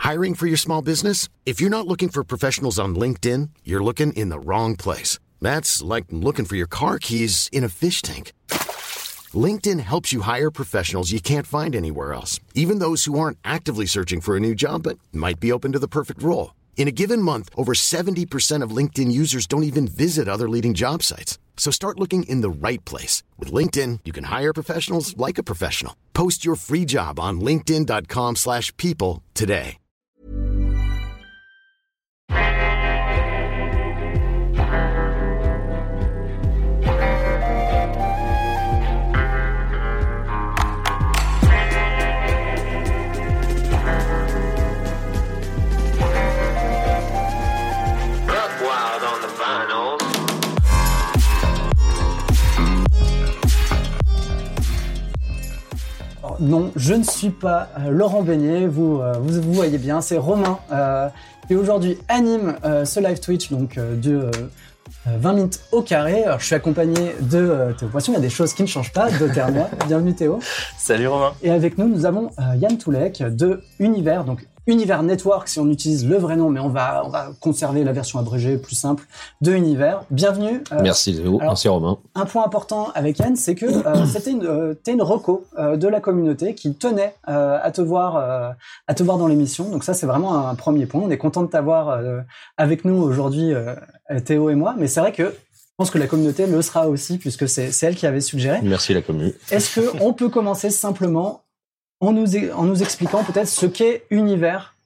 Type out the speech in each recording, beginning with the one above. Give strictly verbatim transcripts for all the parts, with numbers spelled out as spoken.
Hiring for your small business? If you're not looking for professionals on LinkedIn, you're looking in the wrong place. That's like looking for your car keys in a fish tank. LinkedIn helps you hire professionals you can't find anywhere else, even those who aren't actively searching for a new job but might be open to the perfect role. In a given month, over seventy percent of LinkedIn users don't even visit other leading job sites. So start looking in the right place. With LinkedIn, you can hire professionals like a professional. Post your free job on linkedin.com slash people today. Non, je ne suis pas euh, Laurent Beignet, vous, euh, vous vous voyez bien, c'est Romain euh, qui aujourd'hui anime euh, ce live Twitch donc euh, de euh, vingt minutes au carré. Alors, je suis accompagné de euh, Théo Poisson, il y a des choses qui ne changent pas, de Ternois. Bienvenue Théo. Salut Romain. Et avec nous, nous avons euh, Yann Toulek de Univers, donc Univers Network si on utilise le vrai nom, mais on va, on va conserver la version abrégée plus simple de Univers. Bienvenue. Euh, merci Léo, alors, merci Romain. Un point important avec Yann, c'est que euh, c'était une, euh, t'es une reco euh, de la communauté qui tenait euh, à te voir, euh, à te voir dans l'émission. Donc ça, c'est vraiment un premier point. On est content de t'avoir euh, avec nous aujourd'hui, euh, Théo et moi. Mais c'est vrai que je pense que la communauté le sera aussi puisque c'est, c'est elle qui avait suggéré. Merci la commu. Est-ce que on peut commencer simplement En nous, en nous expliquant peut-être ce qu'est Univers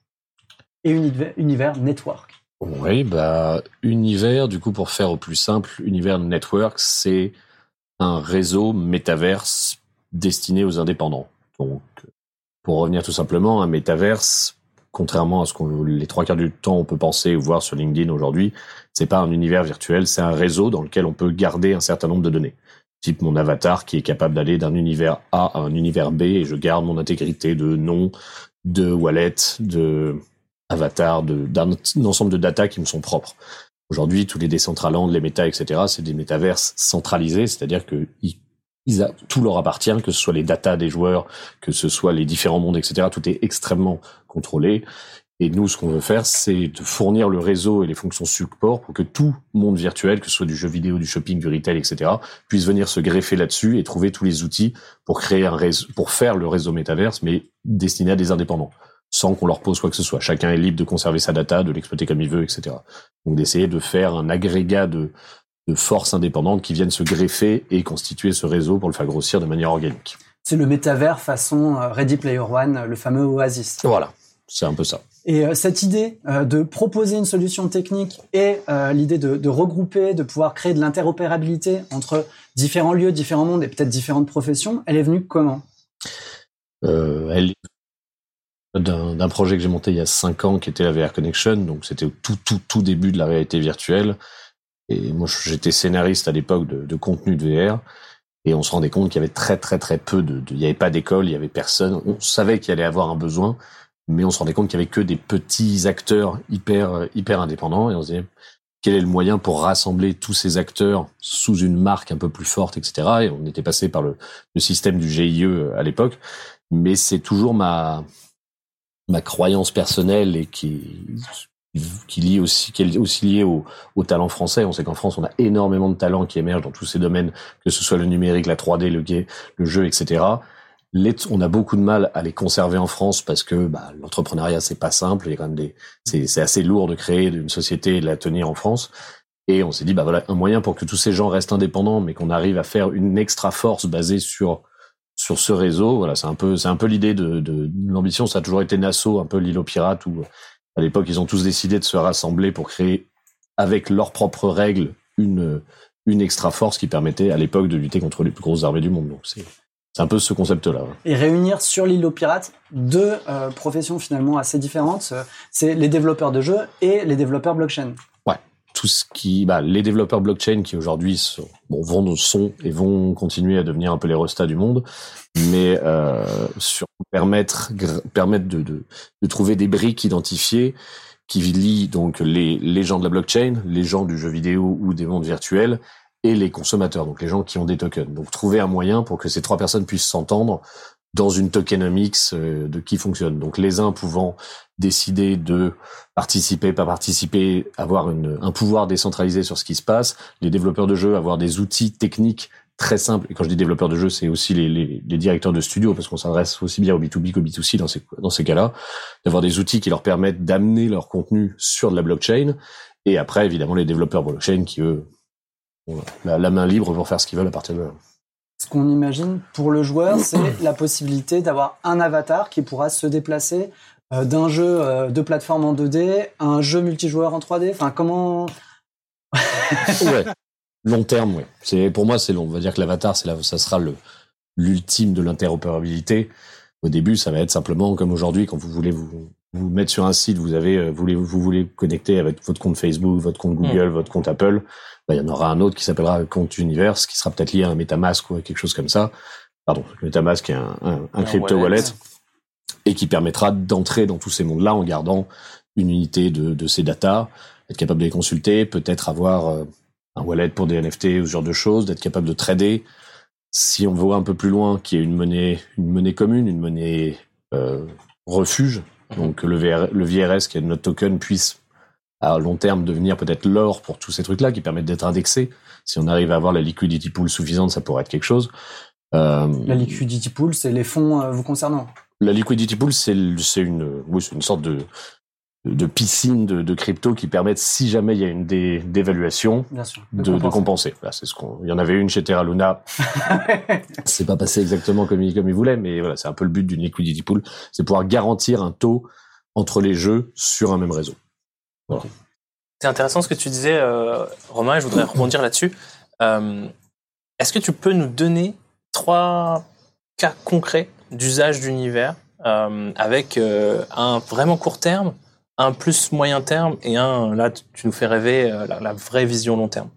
et Univers, Univers Network. Oui, bah, Univers, du coup, pour faire au plus simple, Univers Network, c'est un réseau métaverse destiné aux indépendants. Donc, pour revenir tout simplement, un métaverse, contrairement à ce qu'on les trois quarts du temps on peut penser ou voir sur LinkedIn aujourd'hui, c'est pas un univers virtuel, c'est un réseau dans lequel on peut garder un certain nombre de données. Type mon avatar qui est capable d'aller d'un univers A à un univers B et je garde mon intégrité de nom, de wallet, de avatar, de, d'un ensemble de data qui me sont propres. Aujourd'hui, tous les Decentraland, les méta, et cetera, c'est des métaverses centralisés, c'est-à-dire que ils, ils a, tout leur appartient, que ce soit les data des joueurs, que ce soit les différents mondes, et cetera. Tout est extrêmement contrôlé. Et nous, ce qu'on veut faire, c'est de fournir le réseau et les fonctions support pour que tout monde virtuel, que ce soit du jeu vidéo, du shopping, du retail, et cetera, puisse venir se greffer là-dessus et trouver tous les outils pour créer un réseau, pour faire le réseau métaverse, mais destiné à des indépendants, sans qu'on leur pose quoi que ce soit. Chacun est libre de conserver sa data, de l'exploiter comme il veut, et cetera. Donc d'essayer de faire un agrégat de, de forces indépendantes qui viennent se greffer et constituer ce réseau pour le faire grossir de manière organique. C'est le métavers façon Ready Player One, le fameux Oasis. Voilà, c'est un peu ça. Et euh, cette idée euh, de proposer une solution technique et euh, l'idée de, de regrouper, de pouvoir créer de l'interopérabilité entre différents lieux, différents mondes et peut-être différentes professions, elle est venue comment ? euh, Elle est d'un, d'un projet que j'ai monté il y a cinq ans qui était la V R Connection, donc c'était au tout tout tout début de la réalité virtuelle. Et moi j'étais scénariste à l'époque de, de contenu de V R. Et on se rendait compte qu'il y avait très très très peu de, de il n'y avait pas d'école, il y avait personne. On savait qu'il allait avoir un besoin. Mais on se rendait compte qu'il y avait que des petits acteurs hyper hyper indépendants et on se disait quel est le moyen pour rassembler tous ces acteurs sous une marque un peu plus forte, et cetera. Et on était passé par le, le système du G I E à l'époque, mais c'est toujours ma ma croyance personnelle et qui qui lie aussi qui est aussi liée au, au talent français. On sait qu'en France on a énormément de talents qui émergent dans tous ces domaines, que ce soit le numérique, la trois D, le gay, le jeu, et cetera. Les, on a beaucoup de mal à les conserver en France parce que bah, l'entrepreneuriat c'est pas simple, il y a quand même des, c'est, c'est assez lourd de créer une société et de la tenir en France. Et on s'est dit bah voilà un moyen pour que tous ces gens restent indépendants, mais qu'on arrive à faire une extra force basée sur sur ce réseau. Voilà, c'est un peu c'est un peu l'idée de, de, de l'ambition. Ça a toujours été Nassau, un peu l'île aux pirates où à l'époque ils ont tous décidé de se rassembler pour créer avec leurs propres règles une une extra force qui permettait à l'époque de lutter contre les plus grosses armées du monde. Donc c'est C'est un peu ce concept-là. Ouais. Et réunir sur l'île aux pirates deux euh, professions finalement assez différentes, c'est les développeurs de jeux et les développeurs blockchain. Ouais, tout ce qui, bah, les développeurs blockchain qui aujourd'hui sont, bon, vont, sont et vont continuer à devenir un peu les restas du monde, mais euh, sur permettre, gr- permettre de, de, de trouver des briques identifiées qui lient donc les, les gens de la blockchain, les gens du jeu vidéo ou des mondes virtuels, et les consommateurs, donc les gens qui ont des tokens. Donc trouver un moyen pour que ces trois personnes puissent s'entendre dans une tokenomics euh, de qui fonctionne. Donc les uns pouvant décider de participer, pas participer, avoir une, un pouvoir décentralisé sur ce qui se passe, les développeurs de jeux avoir des outils techniques très simples. Et quand je dis développeurs de jeux, c'est aussi les, les, les directeurs de studio, parce qu'on s'adresse aussi bien au B deux B qu'au B deux C dans ces, dans ces cas-là, d'avoir des outils qui leur permettent d'amener leur contenu sur de la blockchain. Et après, évidemment, les développeurs blockchain qui, eux, ont la, la main libre pour faire ce qu'ils veulent à partir de là. Ce qu'on imagine pour le joueur, c'est la possibilité d'avoir un avatar qui pourra se déplacer euh, d'un jeu euh, de plateforme en deux D à un jeu multijoueur en trois D. Enfin, comment... Ouais. Long terme, oui. C'est, pour moi, c'est long. On va dire que l'avatar, c'est là, ça sera le, l'ultime de l'interopérabilité. Au début, ça va être simplement comme aujourd'hui, quand vous voulez vous, vous mettre sur un site, vous avez, vous voulez, vous voulez connecter avec votre compte Facebook, votre compte Google, mmh. votre compte Apple. Ben, il y en aura un autre qui s'appellera compte Universe, qui sera peut-être lié à un MetaMask ou quelque chose comme ça. Pardon, le MetaMask est un, un, un, un crypto wallet. wallet et qui permettra d'entrer dans tous ces mondes-là en gardant une unité de, de ces datas, être capable de les consulter, peut-être avoir euh, un wallet pour des N F T ou ce genre de choses, d'être capable de trader. Si on veut un peu plus loin, qu'il y ait une monnaie, une monnaie commune, une monnaie euh, refuge, donc le, V R, le V R S qui est notre token puisse à long terme devenir peut-être l'or pour tous ces trucs-là qui permettent d'être indexés. Si on arrive à avoir la liquidity pool suffisante, ça pourrait être quelque chose. Euh, la liquidity pool, c'est les fonds euh, vous concernant. La liquidity pool, c'est, c'est une, oui, c'est une sorte de, de piscine de, de crypto qui permettent, si jamais il y a une dé, dévaluation, Bien sûr, de, de, compenser. de compenser. Là, c'est ce qu'on, il y en avait une chez Terra Luna. C'est pas passé exactement comme il, comme il voulait, mais voilà, c'est un peu le but d'une liquidity pool. C'est pouvoir garantir un taux entre les jeux sur un même réseau. Voilà. Okay. C'est intéressant ce que tu disais, euh, Romain, et je voudrais rebondir là-dessus. Euh, est-ce que tu peux nous donner trois cas concrets d'usage d'univers euh, avec euh, un vraiment court terme, un plus moyen terme et un, là, tu nous fais rêver, euh, la, la vraie vision long terme.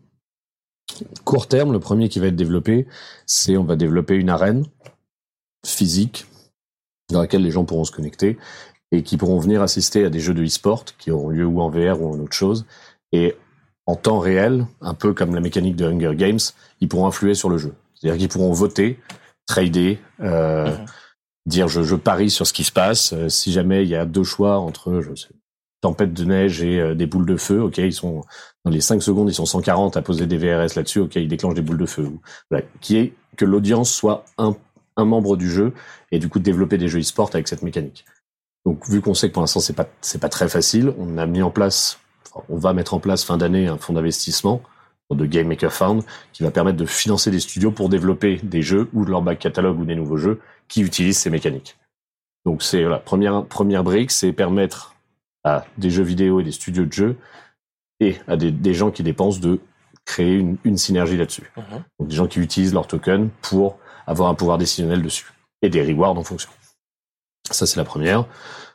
Court terme, le premier qui va être développé, c'est on va développer une arène physique dans laquelle les gens pourront se connecter et qui pourront venir assister à des jeux de e-sport qui auront lieu ou en V R ou en autre chose. Et en temps réel, un peu comme la mécanique de Hunger Games, ils pourront influer sur le jeu. C'est-à-dire qu'ils pourront voter, trader, euh, mmh. dire je, je parie sur ce qui se passe. Euh, si jamais il y a deux choix entre je sais, tempête de neige et euh, des boules de feu, ok, ils sont dans les cinq secondes, ils sont cent quarante à poser des V R S là-dessus, ok, ils déclenchent des boules de feu. Voilà. Qui est que l'audience soit un, un membre du jeu et du coup de développer des jeux e-sport avec cette mécanique. Donc, vu qu'on sait que pour l'instant c'est pas c'est pas très facile, on a mis en place, enfin, on va mettre en place fin d'année un fonds d'investissement de Game Maker Fund qui va permettre de financer des studios pour développer des jeux ou de leur back catalogue ou des nouveaux jeux qui utilisent ces mécaniques. Donc c'est la voilà, première première brique, c'est permettre à des jeux vidéo et des studios de jeux et à des, des gens qui dépensent de créer une, une synergie là-dessus. Mmh. Donc des gens qui utilisent leur token pour avoir un pouvoir décisionnel dessus et des rewards en fonction. Ça, c'est la première.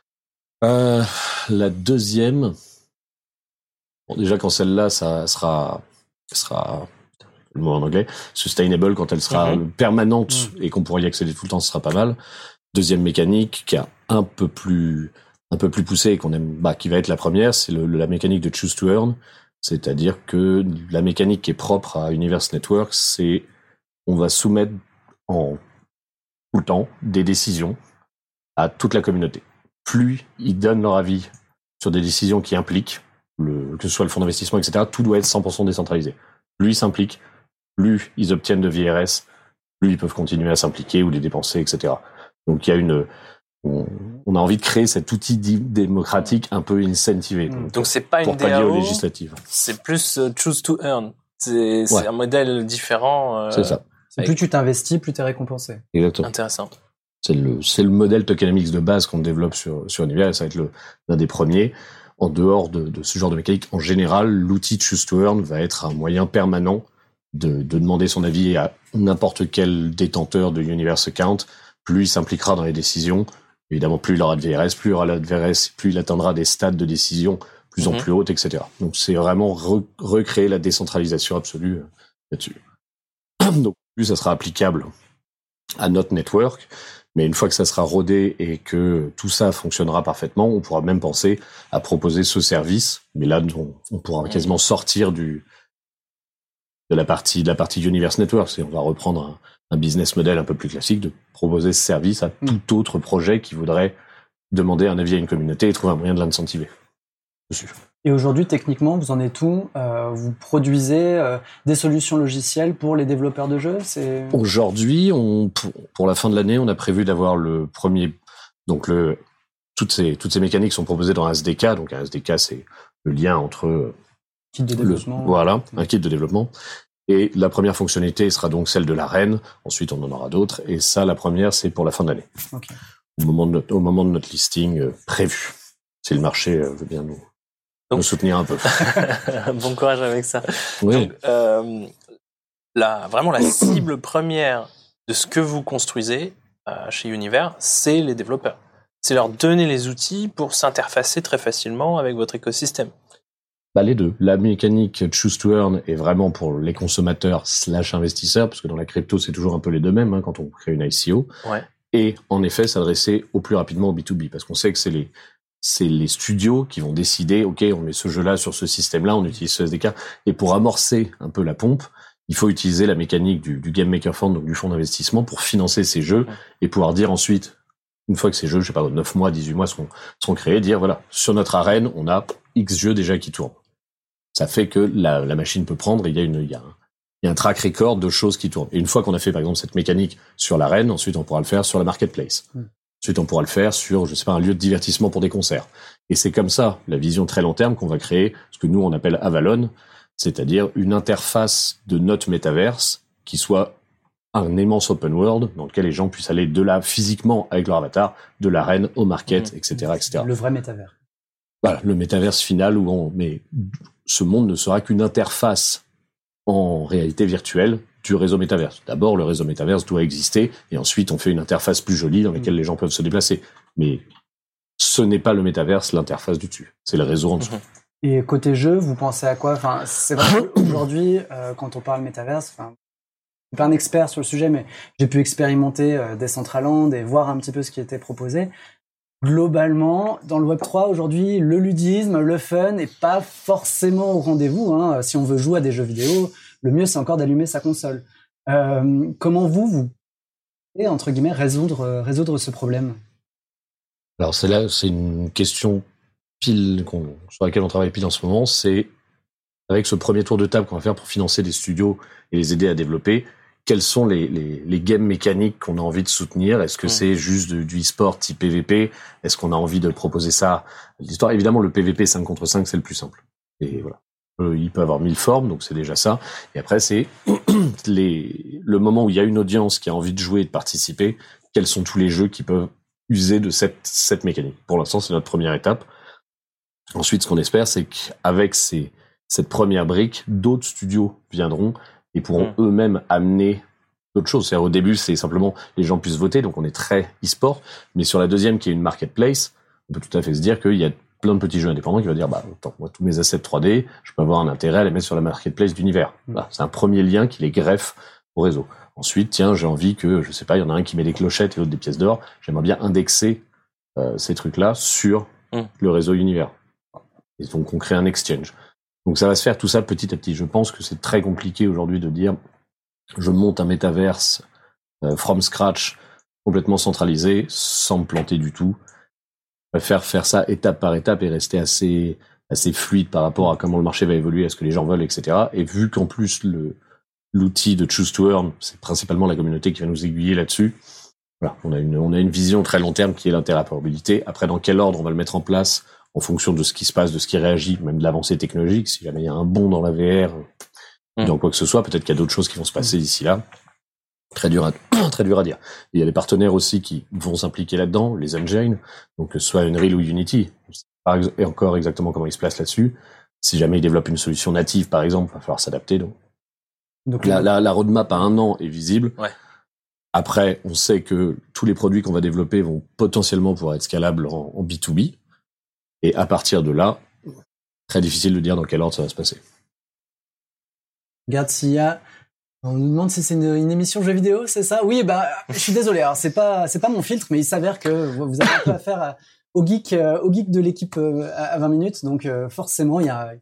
Euh, la deuxième, bon, déjà quand celle-là, ça sera, sera le mot en anglais, sustainable, quand elle sera mm-hmm. permanente mm. et qu'on pourra y accéder tout le temps, ce sera pas mal. Deuxième mécanique qui est un peu plus, un peu plus poussée et qu'on aime, bah, qui va être la première, c'est le, la mécanique de choose to earn, c'est-à-dire que la mécanique qui est propre à Universe Network, c'est on va soumettre en tout le temps des décisions à toute la communauté. Plus ils donnent leur avis sur des décisions qui impliquent, le, que ce soit le fonds d'investissement, et cetera, tout doit être cent pour cent décentralisé. Plus ils s'impliquent, plus ils obtiennent de V R S, plus ils peuvent continuer à s'impliquer ou les dépenser, et cetera. Donc il y a une, on, on a envie de créer cet outil démocratique un peu incentivé. Donc, donc c'est pas une D A O, législative. C'est plus uh, choose to earn. C'est, c'est ouais. un modèle différent. Euh, c'est ça. C'est plus tu t'investis, plus t'es récompensé. Exactement. Intéressant. C'est le, c'est le modèle tokenomics de base qu'on développe sur, sur Univers et ça va être le, l'un des premiers. En dehors de, de ce genre de mécanique, en général, l'outil Choose to Earn va être un moyen permanent de, de demander son avis à n'importe quel détenteur de Universe Account. Plus il s'impliquera dans les décisions, évidemment, plus il aura de V R S, plus il aura de V R S, plus il atteindra des stades de décision plus mm-hmm. en plus hautes, et cetera. Donc, c'est vraiment re, recréer la décentralisation absolue là-dessus. Donc, plus ça sera applicable à notre network, mais une fois que ça sera rodé et que tout ça fonctionnera parfaitement, on pourra même penser à proposer ce service. Mais là, on, on pourra quasiment sortir du, de la partie de la partie Universe Network. C'est on va reprendre un, un business model un peu plus classique de proposer ce service à tout autre projet qui voudrait demander un avis à une communauté et trouver un moyen de l'incentiver dessus. Et aujourd'hui, techniquement, vous en êtes où ? euh, Vous produisez euh, des solutions logicielles pour les développeurs de jeux ? C'est... Aujourd'hui, on, pour, pour la fin de l'année, on a prévu d'avoir le premier... Donc, le, toutes, ces, toutes ces mécaniques sont proposées dans un S D K. Donc, un S D K, c'est le lien entre... Kit de développement. Le, voilà, un kit de développement. Et la première fonctionnalité sera donc celle de l'arène. Ensuite, on en aura d'autres. Et ça, la première, c'est pour la fin de l'année. Okay. Au moment de notre, au moment de notre listing euh, prévu. Si le marché euh, veut bien nous... Donc, nous soutenir un peu. Bon courage avec ça. Oui. Donc, euh, la, vraiment la cible première de ce que vous construisez euh, chez Univers, c'est les développeurs. C'est leur donner les outils pour s'interfacer très facilement avec votre écosystème. Bah, les deux. La mécanique Choose to Earn est vraiment pour les consommateurs slash investisseurs, parce que dans la crypto, c'est toujours un peu les deux mêmes hein, quand on crée une I C O. Ouais. Et en effet, s'adresser au plus rapidement au B to B, parce qu'on sait que c'est les c'est les studios qui vont décider, ok, on met ce jeu-là sur ce système-là, on utilise ce S D K. Et pour amorcer un peu la pompe, il faut utiliser la mécanique du, du Game Maker Fund, donc du fonds d'investissement, pour financer ces jeux et pouvoir dire ensuite, une fois que ces jeux, je sais pas, neuf mois, dix-huit mois seront, seront créés, dire voilà, sur notre arène, on a X jeux déjà qui tournent. Ça fait que la, la machine peut prendre, et il y a une, il y a un, il y a un track record de choses qui tournent. Et une fois qu'on a fait, par exemple, cette mécanique sur l'arène, ensuite on pourra le faire sur la marketplace. Mm. Ensuite, on pourra le faire sur, je sais pas, un lieu de divertissement pour des concerts. Et c'est comme ça, la vision très long terme qu'on va créer, ce que nous, on appelle Avalon, c'est-à-dire une interface de notre métaverse qui soit un immense open world dans lequel les gens puissent aller de là, physiquement, avec leur avatar, de l'arène au market, mmh. et cetera, et cetera. Le vrai métavers. Voilà, le métaverse final où on, mais ce monde ne sera qu'une interface en réalité virtuelle du réseau métaverse. D'abord, le réseau métaverse doit exister, et ensuite, on fait une interface plus jolie dans laquelle mmh. les gens peuvent se déplacer. Mais ce n'est pas le métaverse, l'interface du dessus. C'est le réseau en dessous. Mmh. Et côté jeu, vous pensez à quoi ? Enfin, c'est vrai qu'aujourd'hui, euh, quand on parle métaverse, enfin, je suis pas un expert sur le sujet, mais j'ai pu expérimenter euh, Decentraland et voir un petit peu ce qui était proposé. Globalement, dans le Web trois, aujourd'hui, le ludisme, le fun n'est pas forcément au rendez-vous. Hein. Si on veut jouer à des jeux vidéo, le mieux, c'est encore d'allumer sa console. Euh, comment vous, vous pouvez, entre guillemets, résoudre, euh, résoudre ce problème ? Alors, c'est là, c'est une question pile qu'on, sur laquelle on travaille pile en ce moment. C'est avec ce premier tour de table qu'on va faire pour financer des studios et les aider à développer. Quels sont les, les, les games mécaniques qu'on a envie de soutenir ? Est-ce que mmh. c'est juste de, du e-sport type P V P ? Est-ce qu'on a envie de proposer ça ? L'histoire, évidemment, le P V P cinq contre cinq, c'est le plus simple. Et voilà. Euh, il peut avoir mille formes, donc c'est déjà ça. Et après, c'est les, le moment où il y a une audience qui a envie de jouer et de participer. Quels sont tous les jeux qui peuvent user de cette, cette mécanique ? Pour l'instant, c'est notre première étape. Ensuite, ce qu'on espère, c'est qu'avec ces, cette première brique, d'autres studios viendront et pourront mmh. eux-mêmes amener d'autres choses. C'est-à-dire, au début, c'est simplement les gens puissent voter, donc on est très e-sport. Mais sur la deuxième, qui est une marketplace, on peut tout à fait se dire qu'il y a plein de petits jeux indépendants qui vont dire, bah, attends, moi, tous mes assets trois D, je peux avoir un intérêt à les mettre sur la marketplace d'Univers. Mmh. Voilà, c'est un premier lien qui les greffe au réseau. Ensuite, tiens, j'ai envie que, je sais pas, il y en a un qui met des clochettes et l'autre des pièces d'or. J'aimerais bien indexer euh, ces trucs-là sur mmh. le réseau Univers. Et donc, on crée un exchange. Donc, ça va se faire tout ça petit à petit. Je pense que c'est très compliqué aujourd'hui de dire, je monte un métaverse euh, from scratch, complètement centralisé, sans me planter du tout. Je préfère faire ça étape par étape et rester assez, assez fluide par rapport à comment le marché va évoluer, à ce que les gens veulent, et cetera. Et vu qu'en plus, le, l'outil de Choose to Earn, c'est principalement la communauté qui va nous aiguiller là-dessus. Voilà, on a une, on a une vision très long terme qui est l'interopérabilité. Après, dans quel ordre on va le mettre en place en fonction de ce qui se passe, de ce qui réagit, même de l'avancée technologique. Si jamais il y a un bond dans la V R, mmh. dans quoi que ce soit, peut-être qu'il y a d'autres choses qui vont se passer mmh. d'ici là. Très dur à, très dur à dire. Et il y a des partenaires aussi qui vont s'impliquer là-dedans, les engines, donc que ce soit Unreal ou Unity. Je sais pas ex- encore exactement comment ils se placent là-dessus. Si jamais ils développent une solution native, par exemple, il va falloir s'adapter. Donc, donc la, la, la roadmap à un an est visible. Ouais. Après, on sait que tous les produits qu'on va développer vont potentiellement pouvoir être scalables en, en B to B. Et à partir de là, très difficile de dire dans quel ordre ça va se passer. Regarde s'il y a... On nous demande si c'est une, une émission jeux vidéo, c'est ça ? Oui, bah, je suis désolé. Alors, c'est pas, c'est pas mon filtre, mais il s'avère que vous avez un peu affaire à, au geek, euh, au geek de l'équipe euh, à vingt minutes. Donc, euh, forcément, il y a, il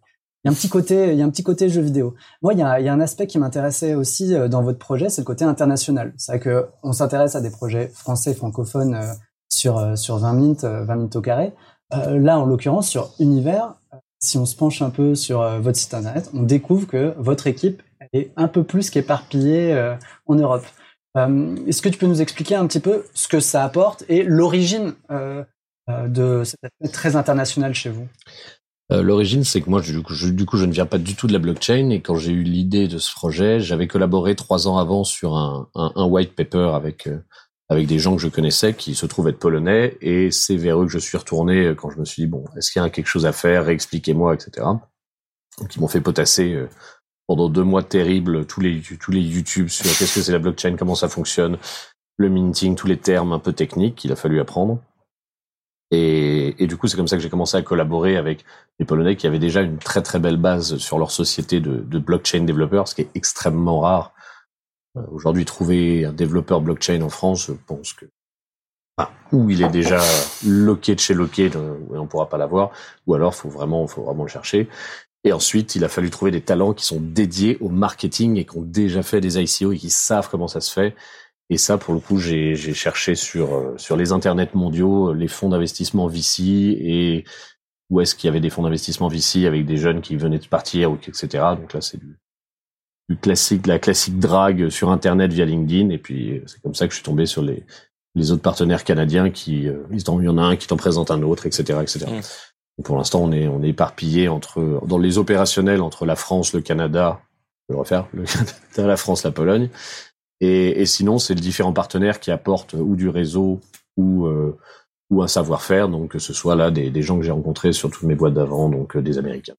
y a un petit côté, il y a un petit côté jeu vidéo. Moi, il y a, il y a un aspect qui m'intéressait aussi dans votre projet, c'est le côté international. C'est vrai que on s'intéresse à des projets français francophones euh, sur euh, sur vingt minutes, euh, vingt minutes au carré. Euh, là, en l'occurrence, sur Univers, si on se penche un peu sur euh, votre site internet, on découvre que votre équipe est un peu plus qu'éparpillée euh, en Europe. Euh, est-ce que tu peux nous expliquer un petit peu ce que ça apporte et l'origine euh, euh, de cet aspect très international chez vous? Euh, l'origine, c'est que moi, du coup, je, du coup, je ne viens pas du tout de la blockchain, et quand j'ai eu l'idée de ce projet, j'avais collaboré trois ans avant sur un, un, un white paper avec euh, avec des gens que je connaissais qui se trouvent être polonais, et c'est vers eux que je suis retourné quand je me suis dit bon, est-ce qu'il y a quelque chose à faire, réexpliquez-moi, et cetera. Donc ils m'ont fait potasser euh, pendant deux mois terribles tous les tous les YouTube sur qu'est-ce que c'est la blockchain, comment ça fonctionne, le minting, tous les termes un peu techniques qu'il a fallu apprendre. Et, et du coup, c'est comme ça que j'ai commencé à collaborer avec les Polonais qui avaient déjà une très très belle base sur leur société de, de blockchain développeurs, ce qui est extrêmement rare. Euh, aujourd'hui, trouver un développeur blockchain en France, je pense que enfin, ou il est déjà loqué de chez loqué, et on pourra pas l'avoir, ou alors faut vraiment faut vraiment le chercher. Et ensuite, il a fallu trouver des talents qui sont dédiés au marketing et qui ont déjà fait des I C O et qui savent comment ça se fait. Et ça, pour le coup, j'ai, j'ai cherché sur sur les internets mondiaux, les fonds d'investissement V C et où est-ce qu'il y avait des fonds d'investissement V C avec des jeunes qui venaient de partir, et cetera. Donc là, c'est du, du classique, la classique drague sur Internet via LinkedIn. Et puis, c'est comme ça que je suis tombé sur les les autres partenaires canadiens qui, il y en a un qui t'en présente un autre, et cetera, et cetera. Mmh. Pour l'instant, on est on est éparpillé entre dans les opérationnels entre la France, le Canada, je vais le refaire, le Canada, la France, la Pologne, et, et sinon c'est les différents partenaires qui apportent ou du réseau ou euh, ou un savoir-faire, donc que ce soit là des, des gens que j'ai rencontrés sur toutes mes boîtes d'avant, donc euh, des Américains.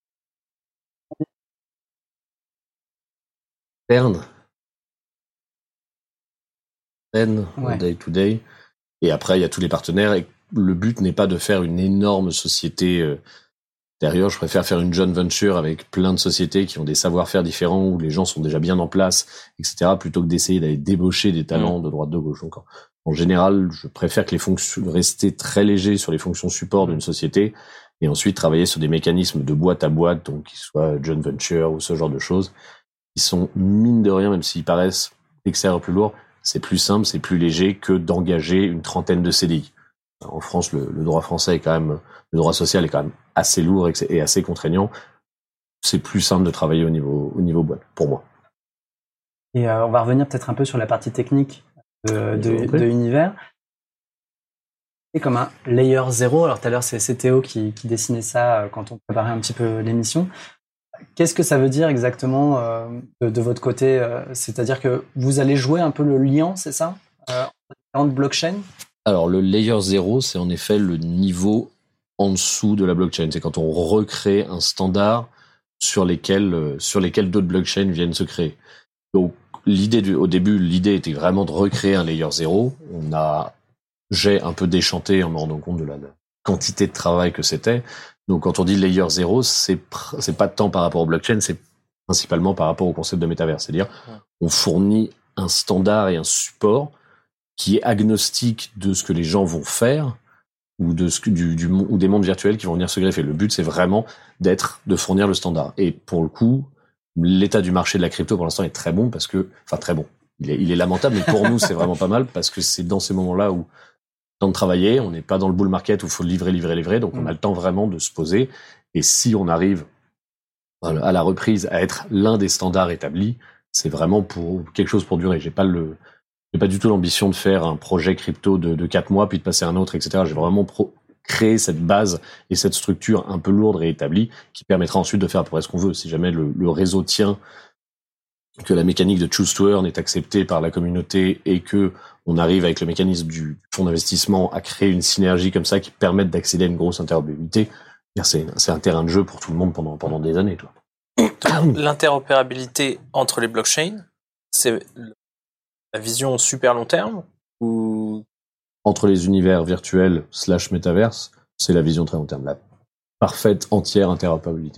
Interne, ouais. Day to day, et après il y a tous les partenaires. Et le but n'est pas de faire une énorme société euh, derrière. Je préfère faire une joint venture avec plein de sociétés qui ont des savoir-faire différents, où les gens sont déjà bien en place, et cetera, plutôt que d'essayer d'aller débaucher des talents mmh. de droite de gauche. Donc, en, en général, je préfère que les fonctions rester très léger sur les fonctions support d'une société, et ensuite travailler sur des mécanismes de boîte à boîte, donc qu'ils soient joint venture ou ce genre de choses, qui sont mine de rien, même s'ils paraissent extérieurs plus lourds, c'est plus simple, c'est plus léger que d'engager une trentaine de C D I. En France, le, le droit français est quand même, le droit social est quand même assez lourd et, et assez contraignant. C'est plus simple de travailler au niveau, au niveau boîte, pour moi. Et euh, on va revenir peut-être un peu sur la partie technique de, de, de Univers. C'est comme un layer zéro. Alors tout à l'heure, c'est, c'est Théo qui, qui dessinait ça quand on préparait un petit peu l'émission. Qu'est-ce que ça veut dire exactement euh, de, de votre côté euh, C'est-à-dire que vous allez jouer un peu le lien, c'est ça, euh, entre différentes blockchains? Alors, le layer zéro, c'est en effet le niveau en dessous de la blockchain. C'est quand on recrée un standard sur lesquels, euh, sur lesquels d'autres blockchains viennent se créer. Donc, l'idée du, au début, l'idée était vraiment de recréer un layer zéro. On a, j'ai un peu déchanté en me rendant compte de la, la quantité de travail que c'était. Donc, quand on dit layer zéro, c'est, pr- c'est pas tant par rapport aux blockchains, c'est principalement par rapport au concept de métaverse. C'est-à-dire, ouais. on fournit un standard et un support qui est agnostique de ce que les gens vont faire ou de ce que du, du ou des mondes virtuels qui vont venir se greffer. Le but, c'est vraiment d'être, de fournir le standard. Et pour le coup, l'état du marché de la crypto pour l'instant est très bon parce que, enfin très bon. Il est, il est lamentable, mais pour nous, c'est vraiment pas mal parce que c'est dans ces moments-là où temps de travailler, on n'est pas dans le bull market où il faut livrer, livrer, livrer. Donc, mmh. on a le temps vraiment de se poser. Et si on arrive à la reprise à être l'un des standards établis, c'est vraiment pour quelque chose pour durer. J'ai pas le J'ai pas du tout l'ambition de faire un projet crypto de, de quatre mois puis de passer à un autre, et cetera. J'ai vraiment pro- créé cette base et cette structure un peu lourde et établie qui permettra ensuite de faire à peu près ce qu'on veut. Si jamais le, le réseau tient, que la mécanique de choose to earn est acceptée par la communauté et que on arrive avec le mécanisme du fonds d'investissement à créer une synergie comme ça qui permette d'accéder à une grosse interopérabilité, c'est, c'est un terrain de jeu pour tout le monde pendant, pendant des années. Toi. L'interopérabilité entre les blockchains, c'est la vision super long terme ou entre les univers virtuels slash métaverse, c'est la vision très long terme, la parfaite entière interopérabilité,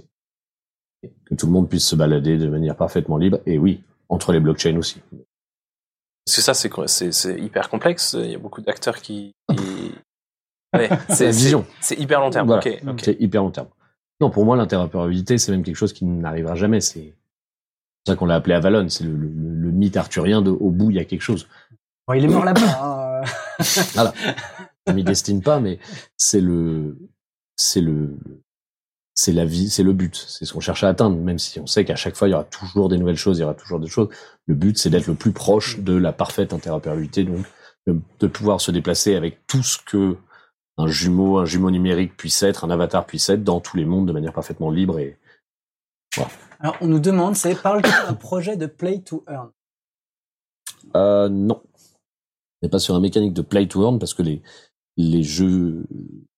que tout le monde puisse se balader de manière parfaitement libre. Et oui, entre les blockchains aussi. Parce que ça, c'est c'est, c'est hyper complexe. Il y a beaucoup d'acteurs qui. qui... Ouais, c'est, la vision. C'est, c'est hyper long terme. Voilà, okay, okay. C'est hyper long terme. Non, pour moi, l'interopérabilité, c'est même quelque chose qui n'arrivera jamais. C'est pour ça qu'on l'a appelé Avalon. C'est le, le, le mythe arthurien de au bout, il y a quelque chose. Bon, il est mort là-bas. Hein. Voilà. Je m'y destine pas, mais c'est le, c'est le, c'est la vie, c'est le but. C'est ce qu'on cherche à atteindre, même si on sait qu'à chaque fois, il y aura toujours des nouvelles choses, il y aura toujours des choses. Le but, c'est d'être le plus proche de la parfaite interopérabilité, donc de, de pouvoir se déplacer avec tout ce que un jumeau, un jumeau numérique puisse être, un avatar puisse être dans tous les mondes de manière parfaitement libre et voilà. Alors, on nous demande, c'est parle-t-il d'un projet de play to earn? Euh, non. On n'est pas sur un mécanique de play to earn parce que les, les jeux,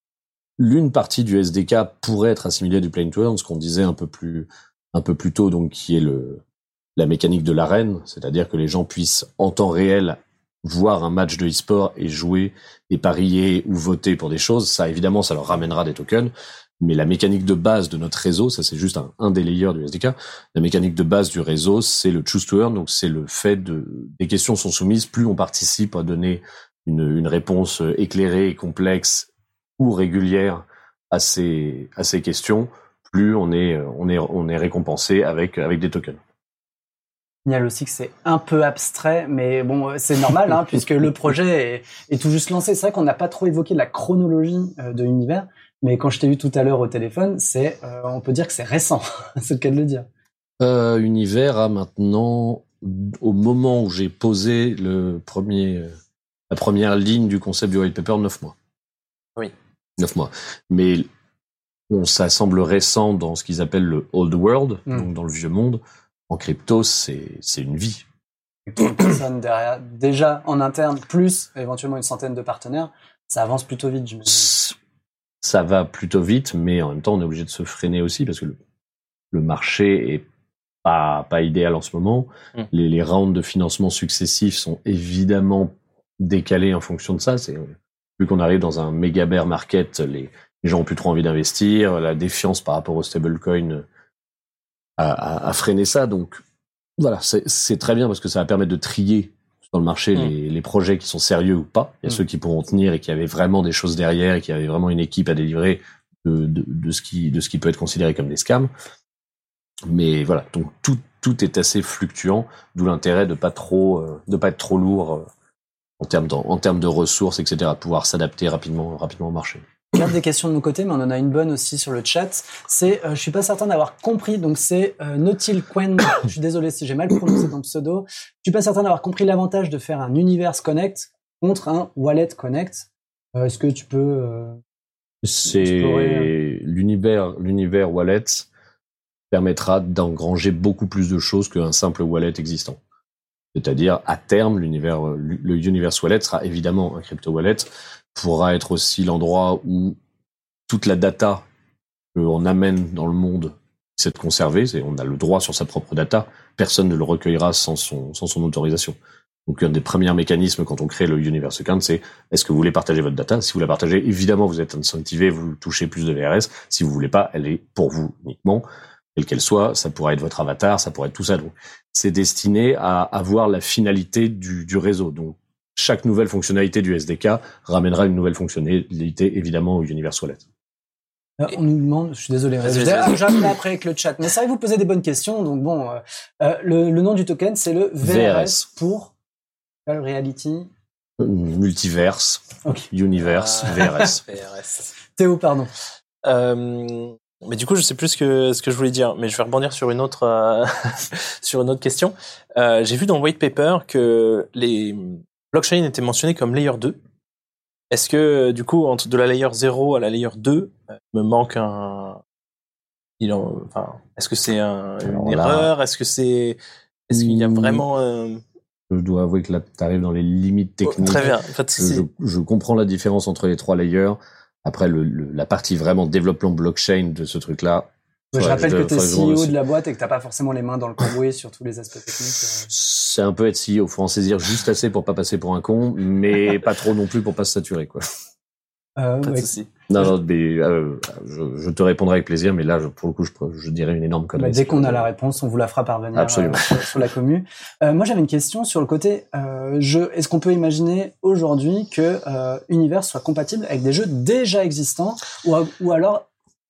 l'une partie du S D K pourrait être assimilée du play to earn, ce qu'on disait un peu plus, un peu plus tôt, donc, qui est le, la mécanique de l'arène, c'est-à-dire que les gens puissent, en temps réel, voir un match de e-sport et jouer et parier ou voter pour des choses. Ça, évidemment, ça leur ramènera des tokens. Mais la mécanique de base de notre réseau, ça c'est juste un, un des layers du S D K. La mécanique de base du réseau, c'est le choose to earn. Donc c'est le fait de, des questions sont soumises, plus on participe à donner une, une réponse éclairée, complexe ou régulière à ces, à ces questions, plus on est, on est, on est récompensé avec, avec des tokens. Signale aussi que c'est un peu abstrait, mais bon, c'est normal, hein, puisque le projet est, est tout juste lancé. C'est vrai qu'on n'a pas trop évoqué la chronologie euh, de l'univers, mais quand je t'ai eu tout à l'heure au téléphone, c'est, euh, on peut dire que c'est récent. C'est le cas de le dire. Euh, Univers a maintenant, au moment où j'ai posé le premier, la première ligne du concept du white paper, neuf mois. Oui. Neuf mois. Mais bon, ça semble récent dans ce qu'ils appellent le old world, mm. donc dans le vieux monde. En crypto, c'est, c'est une vie. trente personnes derrière, déjà en interne, plus éventuellement une centaine de partenaires, ça avance plutôt vite, j'imagine. Ça va plutôt vite, mais en même temps, on est obligé de se freiner aussi parce que le, le marché est pas, pas idéal en ce moment. Mm. Les, les rounds de financement successifs sont évidemment décalés en fonction de ça. C'est, vu qu'on arrive dans un méga bear market, les, les gens ont plus trop envie d'investir, la défiance par rapport au stablecoin a, a, a freiné ça. Donc, voilà, c'est, c'est très bien parce que ça va permettre de trier dans le marché mmh. les, les projets qui sont sérieux ou pas. Il y a mmh. ceux qui pourront tenir et qui avaient vraiment des choses derrière et qui avaient vraiment une équipe à délivrer de, de, de, ce, qui, de ce qui peut être considéré comme des scams. Mais voilà, donc tout, tout est assez fluctuant, d'où l'intérêt de pas trop, euh, de pas être trop lourd euh, en termes de, en termes de ressources, et cetera, pouvoir s'adapter rapidement, rapidement au marché. Je garde des questions de mon côté, mais on en a une bonne aussi sur le chat. C'est, euh, je suis pas certain d'avoir compris, donc c'est euh, Nautil Quen, je suis désolé si j'ai mal prononcé ton pseudo. Je suis pas certain d'avoir compris l'avantage de faire un Universe Connect contre un Wallet Connect. Euh, est-ce que tu peux euh, C'est explorer... l'univers, l'univers Wallet permettra d'engranger beaucoup plus de choses qu'un simple wallet existant. C'est-à-dire, à terme, l'univers, le Universe Wallet sera évidemment un crypto wallet, pourra être aussi l'endroit où toute la data qu'on amène dans le monde c'est conservée, c'est, on a le droit sur sa propre data, personne ne le recueillera sans son, sans son autorisation. Donc, un des premiers mécanismes quand on crée le Universe Account, c'est est-ce que vous voulez partager votre data? Si vous la partagez, évidemment, vous êtes incentivé, vous touchez plus de V R S. Si vous voulez pas, elle est pour vous uniquement, quelle qu'elle soit. Ça pourrait être votre avatar, ça pourrait être tout ça. Donc, c'est destiné à avoir la finalité du, du réseau. Donc, chaque nouvelle fonctionnalité du S D K ramènera une nouvelle fonctionnalité, évidemment, au Universe Wallet. Alors, on nous demande, je suis désolé, j'arrive après avec le chat, mais c'est vrai que vous posez des bonnes questions, donc bon, euh, le, le nom du token, c'est le V R S, V R S. Pour Virtual Reality Multiverse, okay. Universe, ah. V R S. V R S. Théo, pardon. Euh, mais du coup, je sais plus ce que ce que je voulais dire, mais je vais rebondir sur une autre euh, sur une autre question. Euh, j'ai vu dans le white paper que les blockchains étaient mentionnés comme layer deux. Est-ce que, du coup, entre de la layer zéro à la layer deux, euh, me manque un... Il en... enfin, est-ce que c'est un, une là... erreur? Est-ce que c'est... Est-ce qu'il y a vraiment... Euh... Je dois avouer que là, tu arrives dans les limites techniques. Oh, très bien. En fait, je, je comprends la différence entre les trois layers. Après, le, le, la partie vraiment développement blockchain de ce truc-là... Je rappelle que tu es C E O de la boîte et que tu n'as pas forcément les mains dans le cambouis sur tous les aspects techniques. C'est un peu être C E O, faut en saisir juste assez pour pas passer pour un con, mais pas trop non plus pour pas se saturer, quoi. Euh, pas ouais. de souci. Non, non, mais euh, je, je te répondrai avec plaisir, mais là, je, pour le coup, je, je dirais une énorme connerie. Bah, dès qu'on a la réponse, on vous la fera parvenir euh, sur, sur la commu. Euh, moi, j'avais une question sur le côté euh, jeu. Est-ce qu'on peut imaginer aujourd'hui que euh, Universe soit compatible avec des jeux déjà existants, ou, ou alors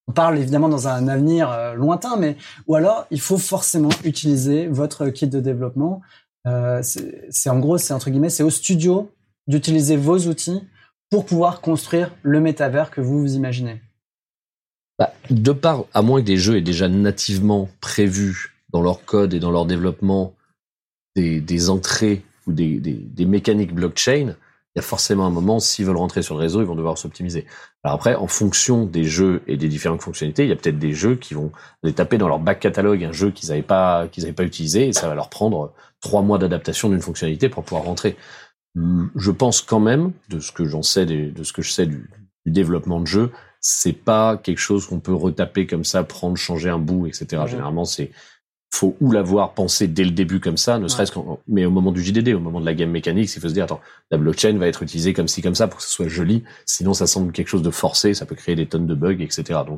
on parle évidemment dans un avenir euh, lointain, mais ou alors il faut forcément utiliser votre kit de développement. Euh, c'est, c'est en gros, c'est entre guillemets, c'est au studio d'utiliser vos outils pour pouvoir construire le métavers que vous vous imaginez. Bah, de part, à moins que des jeux aient déjà nativement prévu dans leur code et dans leur développement des, des entrées ou des, des, des mécaniques blockchain, il y a forcément un moment, s'ils veulent rentrer sur le réseau, ils vont devoir s'optimiser. Alors après, en fonction des jeux et des différentes fonctionnalités, il y a peut-être des jeux qui vont aller taper dans leur back catalogue un jeu qu'ils n'avaient pas, qu'ils n'avaient pas utilisé, et ça va leur prendre trois mois d'adaptation d'une fonctionnalité pour pouvoir rentrer. Je pense quand même, de ce que j'en sais, de ce que je sais du, du développement de jeux, c'est pas quelque chose qu'on peut retaper comme ça, prendre, changer un bout, et cetera. Mmh. Généralement, c'est faut ou l'avoir pensé dès le début comme ça, ne ouais. serait-ce qu'en, mais au moment du J D D, au moment de la game mécanique, il faut se dire, attends, la blockchain va être utilisée comme ci, comme ça, pour que ce soit joli, sinon ça semble quelque chose de forcé, ça peut créer des tonnes de bugs, et cetera. Donc,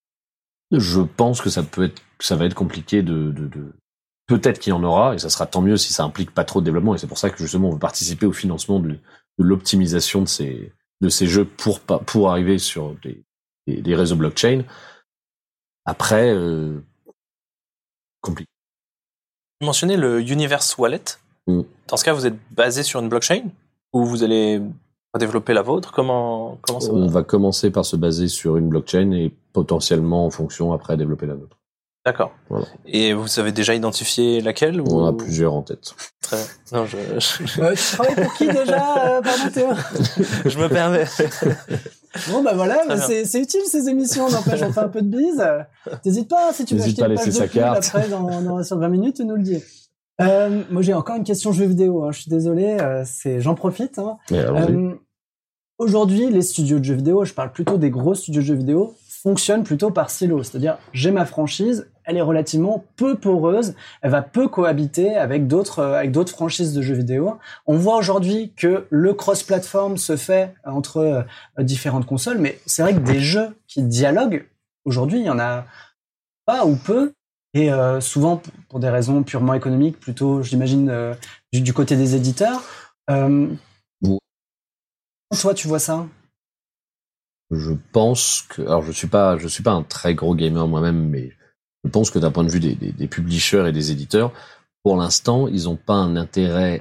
je pense que ça peut être, ça va être compliqué de, de, de, peut-être qu'il y en aura, et ça sera tant mieux si ça implique pas trop de développement, et c'est pour ça que justement on veut participer au financement de, de l'optimisation de ces, de ces jeux pour, pour arriver sur des, des, des réseaux blockchain. Après, euh, compliqué. Vous mentionnez le Universe Wallet. Mm. Dans ce cas, vous êtes basé sur une blockchain ou vous allez développer la vôtre? Comment, comment ça va? On va commencer par se baser sur une blockchain et potentiellement, en fonction, après, développer la nôtre. D'accord. Voilà. Et vous avez déjà identifié laquelle ou... On a plusieurs en tête. Très bien. Non, je... je... Euh, tu travailles pour qui déjà, euh, pardon Théo? Je me permets. Bon bah voilà, bah c'est, c'est utile ces émissions, n'empêche on fait un peu de bise. T'hésites pas, si tu veux acheter une page de pub après dans, dans, sur vingt minutes, tu nous le dis. Euh, moi j'ai encore une question jeu vidéo, hein. Je suis désolé, euh, c'est, j'en profite. Hein. Euh, aujourd'hui, les studios de jeux vidéo, je parle plutôt des gros studios de jeux vidéo, fonctionnent plutôt par silo, c'est-à-dire j'ai ma franchise, elle est relativement peu poreuse, elle va peu cohabiter avec d'autres euh, avec d'autres franchises de jeux vidéo. On voit aujourd'hui que le cross-platform se fait entre euh, différentes consoles, mais c'est vrai que des jeux qui dialoguent aujourd'hui, il y en a pas ou peu, et euh, souvent pour des raisons purement économiques, plutôt, j'imagine euh, du, du côté des éditeurs. Euh, bon. Toi, tu vois ça? Je pense que, alors je suis pas, je suis pas un très gros gamer moi-même, mais je pense que d'un point de vue des, des, des publishers et des éditeurs, pour l'instant, ils ont pas un intérêt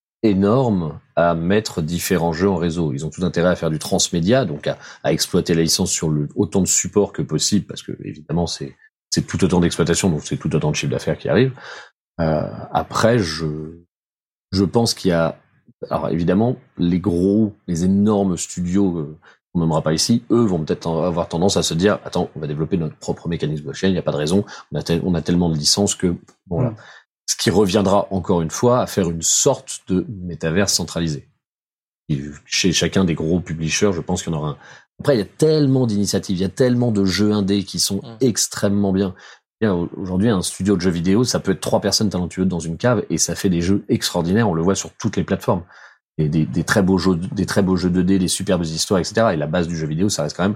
énorme à mettre différents jeux en réseau. Ils ont tout intérêt à faire du transmédia, donc à, à exploiter la licence sur le, autant de supports que possible, parce que évidemment c'est, c'est tout autant d'exploitation, donc c'est tout autant de chiffre d'affaires qui arrive. Euh, après, je, je pense qu'il y a, alors évidemment, les gros, les énormes studios, euh, on nommera pas ici, eux vont peut-être avoir tendance à se dire, attends, on va développer notre propre mécanisme blockchain, il n'y a pas de raison, on a, tel, on a tellement de licences que, bon, voilà. Mmh. Ce qui reviendra encore une fois à faire une sorte de métaverse centralisé. Et chez chacun des gros publishers, je pense qu'il y en aura un. Après, il y a tellement d'initiatives, il y a tellement de jeux indés qui sont mmh. extrêmement bien. Aujourd'hui, un studio de jeux vidéo, ça peut être trois personnes talentueuses dans une cave et ça fait des jeux extraordinaires, on le voit sur toutes les plateformes. Et des, des très beaux jeux, des très beaux jeux deux D, des superbes histoires, et cetera. Et la base du jeu vidéo, ça reste quand même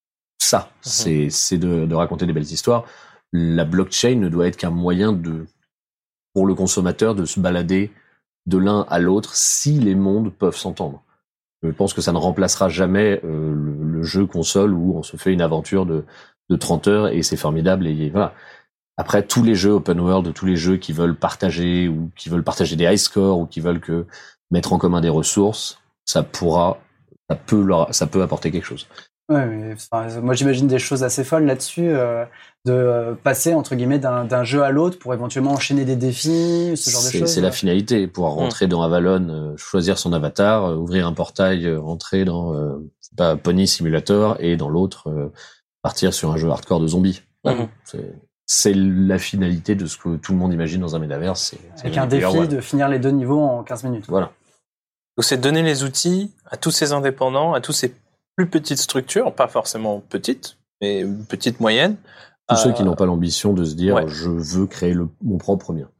ça. Mmh. C'est, c'est de, de raconter des belles histoires. La blockchain ne doit être qu'un moyen de, pour le consommateur, de se balader de l'un à l'autre si les mondes peuvent s'entendre. Je pense que ça ne remplacera jamais euh, le, le jeu console où on se fait une aventure de, de trente heures et c'est formidable et voilà. Après, tous les jeux open world, tous les jeux qui veulent partager ou qui veulent partager des high scores ou qui veulent que mettre en commun des ressources, ça pourra, ça peut leur, ça peut apporter quelque chose. Ouais, mais enfin, moi j'imagine des choses assez folles là-dessus, euh, de euh, passer entre guillemets d'un, d'un jeu à l'autre pour éventuellement enchaîner des défis, ce genre c'est, de choses. C'est la finalité, pouvoir rentrer mmh. dans Avalon, euh, choisir son avatar, euh, ouvrir un portail, euh, rentrer dans euh, c'est pas Pony Simulator et dans l'autre euh, partir sur un jeu hardcore de zombies. Mmh. Ouais, c'est, c'est la finalité de ce que tout le monde imagine dans un métaverse. C'est, c'est avec un défi ouais. de finir les deux niveaux en quinze minutes. Voilà. Donc c'est donner les outils à tous ces indépendants, à tous ces plus petites structures, pas forcément petites, mais petites, moyennes. Tous euh... ceux qui n'ont pas l'ambition de se dire ouais. je veux créer le, mon propre mien.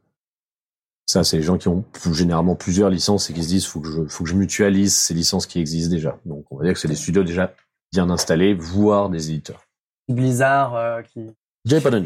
Ça, c'est les gens qui ont généralement plusieurs licences et qui se disent faut que je, faut que je mutualise ces licences qui existent déjà. Donc on va dire que c'est des studios déjà bien installés, voire des éditeurs. Blizzard euh, qui... J'avais pas donné.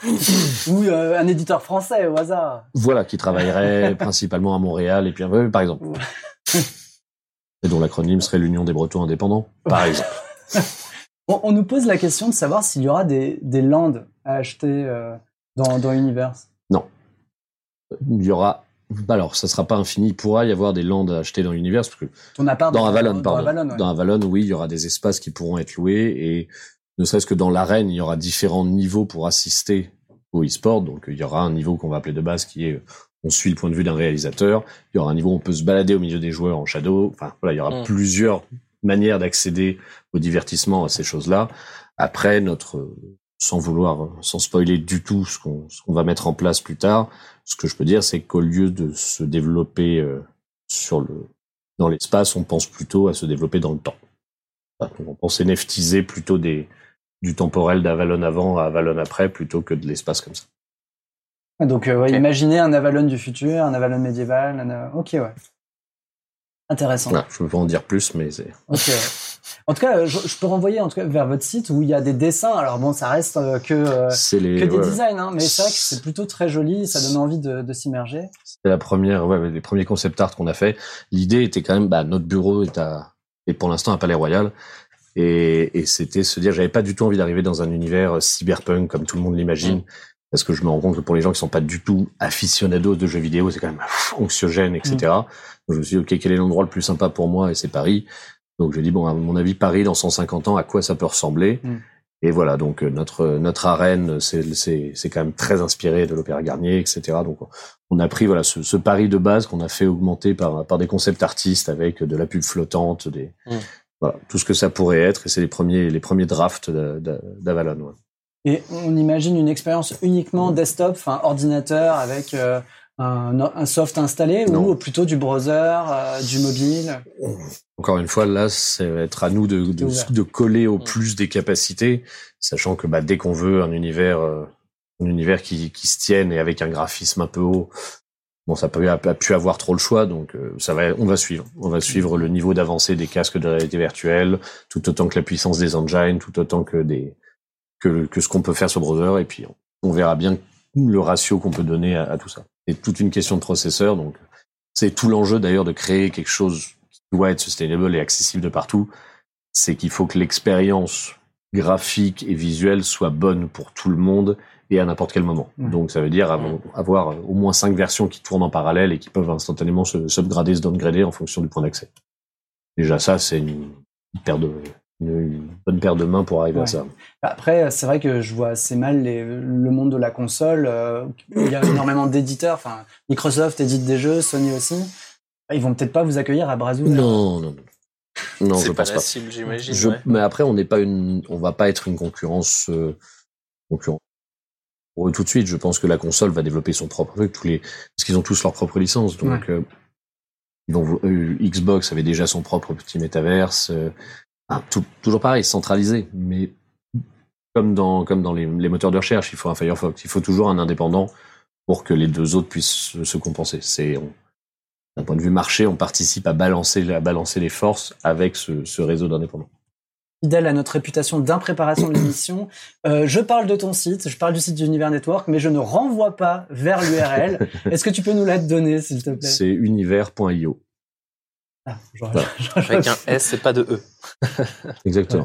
Ou euh, un éditeur français au hasard. Voilà, qui travaillerait principalement à Montréal et puis euh, par exemple. Et dont l'acronyme serait l'Union des Bretons indépendants, par exemple. On, on nous pose la question de savoir s'il y aura des, des lands à acheter euh, dans, dans Universe. Non. Il y aura... Alors, ça sera pas infini. Il pourra y avoir des lands à acheter dans Universe. Parce que Ton appart dans Avalon, dans pardon. Avalon, ouais. Dans Avalon, oui, il y aura des espaces qui pourront être loués. Et ne serait-ce que dans l'arène, il y aura différents niveaux pour assister au e-sport. Donc, il y aura un niveau qu'on va appeler de base qui est... On suit le point de vue d'un réalisateur. Il y aura un niveau où on peut se balader au milieu des joueurs en shadow. Enfin, voilà, il y aura mmh. plusieurs manières d'accéder au divertissement, à ces choses-là. Après, notre, sans vouloir, sans spoiler du tout ce qu'on, ce qu'on va mettre en place plus tard, ce que je peux dire, c'est qu'au lieu de se développer euh, sur le, dans l'espace, on pense plutôt à se développer dans le temps. Enfin, on pense NFTiser plutôt des, du temporel d'Avalon avant à Avalon après, plutôt que de l'espace comme ça. Donc, euh, ouais, okay. Imaginez un Avalon du futur, un Avalon médiéval. Un... Ok, ouais. Intéressant. Voilà, je peux pas en dire plus, mais c'est... Ok, ouais. En tout cas, je, je peux renvoyer en tout cas vers votre site où il y a des dessins. Alors bon, ça reste euh, que, euh, les, que des ouais. designs, hein, mais c'est vrai que c'est plutôt très joli, ça donne envie de, de s'immerger. C'était la première, ouais, les premiers concept art qu'on a fait. L'idée était quand même, bah, notre bureau est à, est pour l'instant à Palais Royal. Et, et c'était se dire, j'avais pas du tout envie d'arriver dans un univers cyberpunk comme tout le monde l'imagine. Mmh. Parce que je me rends compte que pour les gens qui sont pas du tout aficionados de jeux vidéo, c'est quand même anxiogène, et cetera. Mmh. Donc je me suis dit, ok, quel est l'endroit le plus sympa pour moi? Et c'est Paris. Donc j'ai dit, bon, à mon avis, Paris dans cent cinquante ans, à quoi ça peut ressembler? Mmh. Et voilà, donc notre notre arène, c'est c'est c'est quand même très inspiré de l'Opéra Garnier, et cetera. Donc on a pris voilà ce, ce Paris de base qu'on a fait augmenter par par des concepts artistes avec de la pub flottante, des mmh. voilà tout ce que ça pourrait être. Et c'est les premiers les premiers drafts d'Avalon. Ouais. Et on imagine une expérience uniquement desktop, enfin ordinateur avec euh, un, un soft installé non. ou plutôt du browser, euh, du mobile. Encore une fois, là, ça va être à nous de, de, de coller au plus des capacités, sachant que bah, dès qu'on veut un univers, euh, un univers qui, qui se tienne et avec un graphisme un peu haut, bon, ça peut pas pu avoir trop le choix, donc euh, ça va, on va suivre, on va suivre le niveau d'avancée des casques de réalité virtuelle, tout autant que la puissance des engines, tout autant que des que, que ce qu'on peut faire sur browser, et puis on, on verra bien le ratio qu'on peut donner à, à tout ça. C'est toute une question de processeur, donc c'est tout l'enjeu d'ailleurs de créer quelque chose qui doit être sustainable et accessible de partout. C'est qu'il faut que l'expérience graphique et visuelle soit bonne pour tout le monde et à n'importe quel moment. Mmh. Donc ça veut dire avoir au moins cinq versions qui tournent en parallèle et qui peuvent instantanément se subgrader, se downgrader en fonction du point d'accès. Déjà ça, c'est une paire de une bonne paire de mains pour arriver ouais. à ça. Après, c'est vrai que je vois assez mal les, le monde de la console. Euh, il y a énormément d'éditeurs. Enfin, Microsoft édite des jeux, Sony aussi. Ils vont peut-être pas vous accueillir à bras ouverts. Non, non, non. Non, c'est je pas pense la pas. Cible, j'imagine. Je, ouais. Mais après, on n'est pas une, on va pas être une concurrence, euh, concurrence. Pour eux tout de suite, je pense que la console va développer son propre truc, tous les, parce qu'ils ont tous leur propre licence. Donc, ouais. euh, ils vont, euh, Xbox avait déjà son propre petit métaverse. Euh, Ah, tout, toujours pareil, centralisé, mais comme dans comme dans les, les moteurs de recherche, il faut un Firefox, il faut toujours un indépendant pour que les deux autres puissent se, se compenser. C'est on, d'un point de vue marché, on participe à balancer à balancer les forces avec ce, ce réseau d'indépendants. Fidèle à notre réputation d'impréparation de l'émission, euh, je parle de ton site, je parle du site d'Univers Network, mais je ne renvoie pas vers l'U R L. Est-ce que tu peux nous la donner, s'il te plaît? C'est univers point io. Ah, genre, voilà. genre, genre, avec un S et pas de E. Exactement.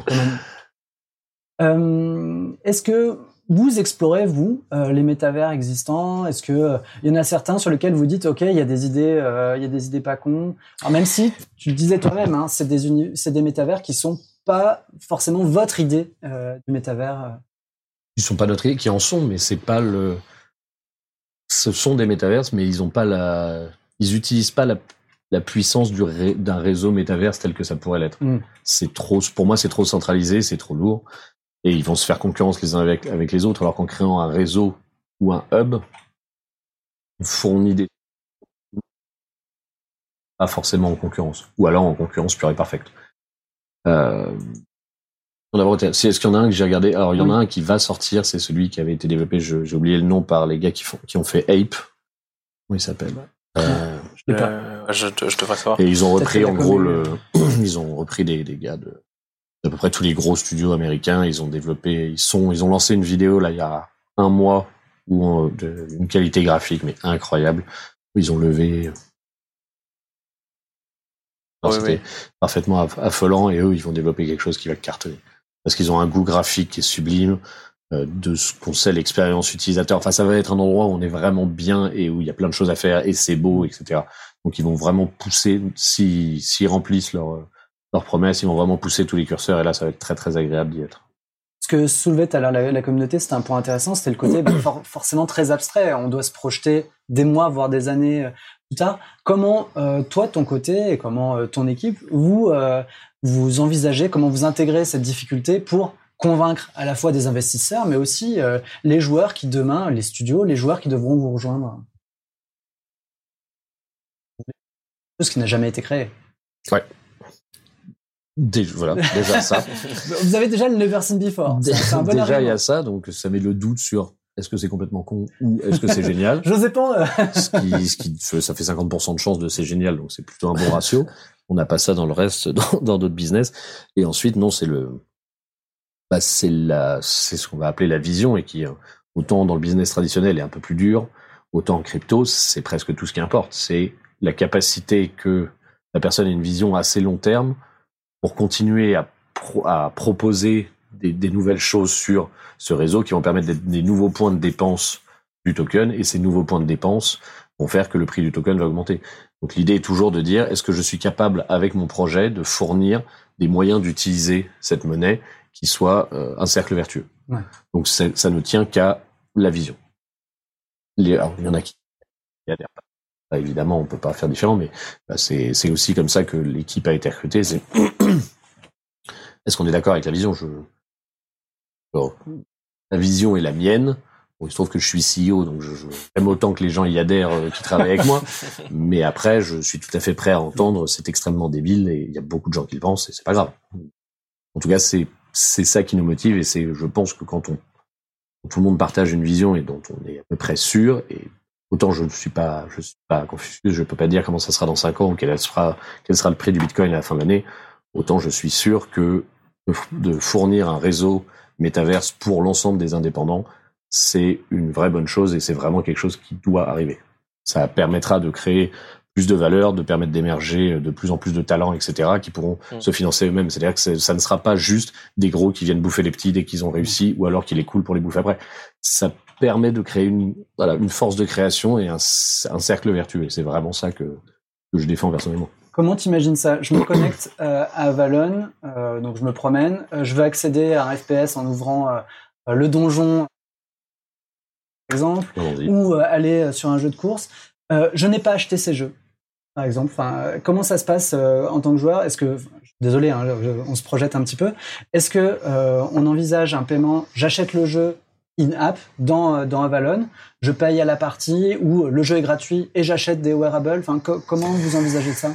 Euh, est-ce que vous explorez, vous, euh, les métavers existants? Est-ce que euh, il y en a certains sur lesquels vous dites, OK, il y a des idées, euh, il y a des idées pas cons. Alors même si, tu le disais toi-même, hein, c'est des uni- c'est des métavers qui sont pas forcément votre idée euh, du métavers. Euh. Ils sont pas notre idée, qui en sont, mais c'est pas le. Ce sont des métaverses, mais ils ont pas la. Ils utilisent pas la. la puissance du ré, d'un réseau métaverse tel que ça pourrait l'être. Mm. C'est trop, pour moi, c'est trop centralisé, c'est trop lourd. Et ils vont se faire concurrence les uns avec, avec les autres, alors qu'en créant un réseau ou un hub, on fournit des, pas forcément en concurrence. Ou alors en concurrence pure et parfaite. Euh, c'est, est-ce qu'il y en a un que j'ai regardé? Alors, il y en a oui. un qui va sortir, c'est celui qui avait été développé, je, j'ai oublié le nom, par les gars qui font, qui ont fait Ape. Comment il s'appelle? Euh, je, euh, je, je devrais savoir. Et ils ont repris en gros le, ils ont repris des, des gars de, d'à peu près tous les gros studios américains. Ils ont développé, ils sont, ils ont lancé une vidéo là il y a un mois où on, de, une qualité graphique mais incroyable. Ils ont levé. Alors, oui, c'était oui. parfaitement affolant et eux ils vont développer quelque chose qui va cartonner. parce qu'ils ont un goût graphique qui est sublime, euh, de ce qu'on sait l'expérience utilisateur. Enfin, ça va être un endroit où on est vraiment bien et où il y a plein de choses à faire et c'est beau, et cetera. Donc, ils vont vraiment pousser, si, s'ils remplissent leur, leurs promesses, ils vont vraiment pousser tous les curseurs et là, ça va être très, très agréable d'y être. Ce que soulevait tout à l'heure la, la communauté, c'était un point intéressant, c'était le côté bah, for, forcément très abstrait. On doit se projeter des mois, voire des années euh, plus tard. Comment, euh, toi, de ton côté, et comment euh, ton équipe, vous, euh, vous envisagez, comment vous intégrez cette difficulté pour convaincre à la fois des investisseurs, mais aussi euh, les joueurs qui demain, les studios, les joueurs qui devront vous rejoindre? Ce qui n'a jamais été créé. Ouais. Déjà, voilà, déjà ça. Vous avez déjà le Never Seen Before. C'est, c'est un bon déjà, argument. il y a ça, donc ça met le doute sur est-ce que c'est complètement con ou est-ce que c'est génial. Je sais pas. Euh... ce qui, ce qui fait, ça fait cinquante pour cent de chance de c'est génial, donc c'est plutôt un bon ratio. On n'a pas ça dans le reste, dans, dans d'autres business. Et ensuite, non, c'est le, bah, c'est la, c'est ce qu'on va appeler la vision et qui, autant dans le business traditionnel est un peu plus dur, autant en crypto, c'est presque tout ce qui importe. C'est la capacité que la personne ait une vision assez long terme pour continuer à, pro, à proposer des, des nouvelles choses sur ce réseau qui vont permettre des, des nouveaux points de dépense du token, et ces nouveaux points de dépense vont faire que le prix du token va augmenter. Donc l'idée est toujours de dire, est-ce que je suis capable, avec mon projet, de fournir des moyens d'utiliser cette monnaie qui soit euh, un cercle vertueux. Ouais. Donc ça ne tient qu'à la vision. Les, alors, il y en a qui adhèrent pas. Bah, évidemment, on peut pas faire différent, mais bah, c'est, c'est aussi comme ça que l'équipe a été recrutée. C'est est-ce qu'on est d'accord avec la vision? Je... Alors, la vision est la mienne. Bon, il se trouve que je suis C E O, donc je, je... j'aime autant que les gens y adhèrent euh, qui travaillent avec moi. Mais après, je suis tout à fait prêt à entendre. C'est extrêmement débile et il y a beaucoup de gens qui le pensent et c'est pas grave. En tout cas, c'est c'est ça qui nous motive et c'est, je pense que quand on quand tout le monde partage une vision et dont on est à peu près sûr, et autant je ne suis pas, je suis pas Confucius, je peux pas dire comment ça sera dans cinq ans ou quel sera, quel sera le prix du Bitcoin à la fin de l'année. Autant je suis sûr que de fournir un réseau métaverse pour l'ensemble des indépendants, c'est une vraie bonne chose et c'est vraiment quelque chose qui doit arriver. Ça permettra de créer plus de valeur, de permettre d'émerger de plus en plus de talents, et cetera, qui pourront mmh. se financer eux-mêmes. C'est-à-dire que ça ne sera pas juste des gros qui viennent bouffer les petits dès qu'ils ont réussi, ou alors qu'il est cool pour les bouffer après. Ça permet de créer une, voilà, une force de création et un, un cercle vertueux. Et c'est vraiment ça que, que je défends personnellement. Comment t'imagines ça? Je me connecte euh, à Avalon, euh, donc je me promène, euh, je veux accéder à un F P S en ouvrant euh, le donjon, par exemple, ou euh, aller sur un jeu de course. Euh, je n'ai pas acheté ces jeux, par exemple. Enfin, comment ça se passe euh, en tant que joueur? Est-ce que, désolé, hein, on se projette un petit peu. Est-ce que euh, on envisage un paiement? J'achète le jeu in-app dans dans Avalon, je paye à la partie, ou le jeu est gratuit et j'achète des wearables. Enfin, co- comment vous envisagez ça?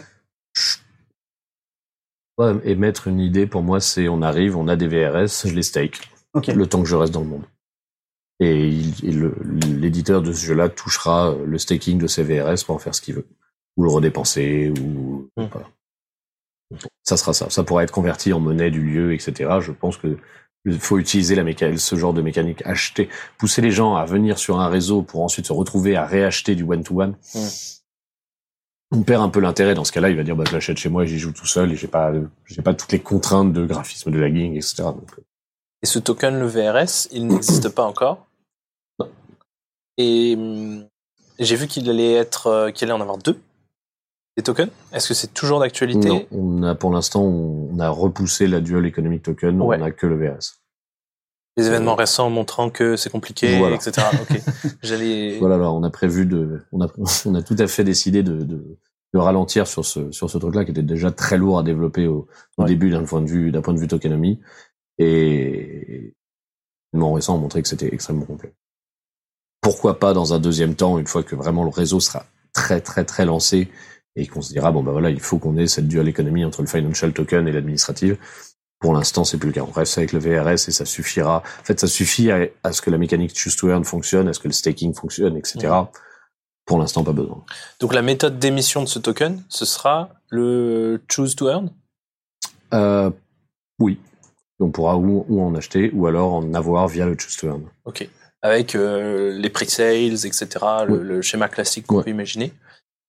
Ouais, émettre une idée pour moi, c'est on arrive, on a des V R S, je les stake, okay. Le temps que je reste dans le monde. Et, il, et le, l'éditeur de ce jeu-là touchera le staking de ses V R S pour en faire ce qu'il veut, ou le redépenser, ou mmh. voilà. Ça sera ça. Ça pourra être converti en monnaie du lieu, et cetera. Je pense que il faut utiliser la méca- ce genre de mécanique, acheter, pousser les gens à venir sur un réseau pour ensuite se retrouver à réacheter du one-to-one. Mmh. On perd un peu l'intérêt dans ce cas-là. Il va dire bah je l'achète chez moi, j'y joue tout seul et j'ai pas j'ai pas toutes les contraintes de graphisme, de lagging, et cetera. Donc, et ce token, le V R S, il n'existe pas encore. Non. Et hum, j'ai vu qu'il allait être euh, qu'il allait en avoir deux des tokens. Est-ce que c'est toujours d'actualité? Non, on a pour l'instant on a repoussé la Dual Economic Token. Ouais. On a que le V R S. Les événements euh, récents montrant que c'est compliqué, voilà. et cetera. Ok. J'allais. Voilà, alors on a prévu de, on a, on a tout à fait décidé de, de, de ralentir sur ce, sur ce truc-là qui était déjà très lourd à développer au, au ouais. début d'un point de vue, d'un point de vue tokenomie. Et les événements récents ont montré que c'était extrêmement complet. Pourquoi pas dans un deuxième temps, une fois que vraiment le réseau sera très très très lancé et qu'on se dira bon bah voilà, il faut qu'on ait cette dual économie entre le financial token et l'administrative. Pour l'instant, c'est plus le cas. On reste avec le V R S et ça suffira. En fait, ça suffit à, à ce que la mécanique choose to earn fonctionne, à ce que le staking fonctionne, et cetera. Mmh. Pour l'instant, pas besoin. Donc, la méthode d'émission de ce token, ce sera le choose to earn? Euh, oui. On pourra ou, ou en acheter, ou alors en avoir via le choose to earn. Ok. Avec euh, les pre-sales, et cetera. Le, oui. le schéma classique qu'on ouais. peut imaginer.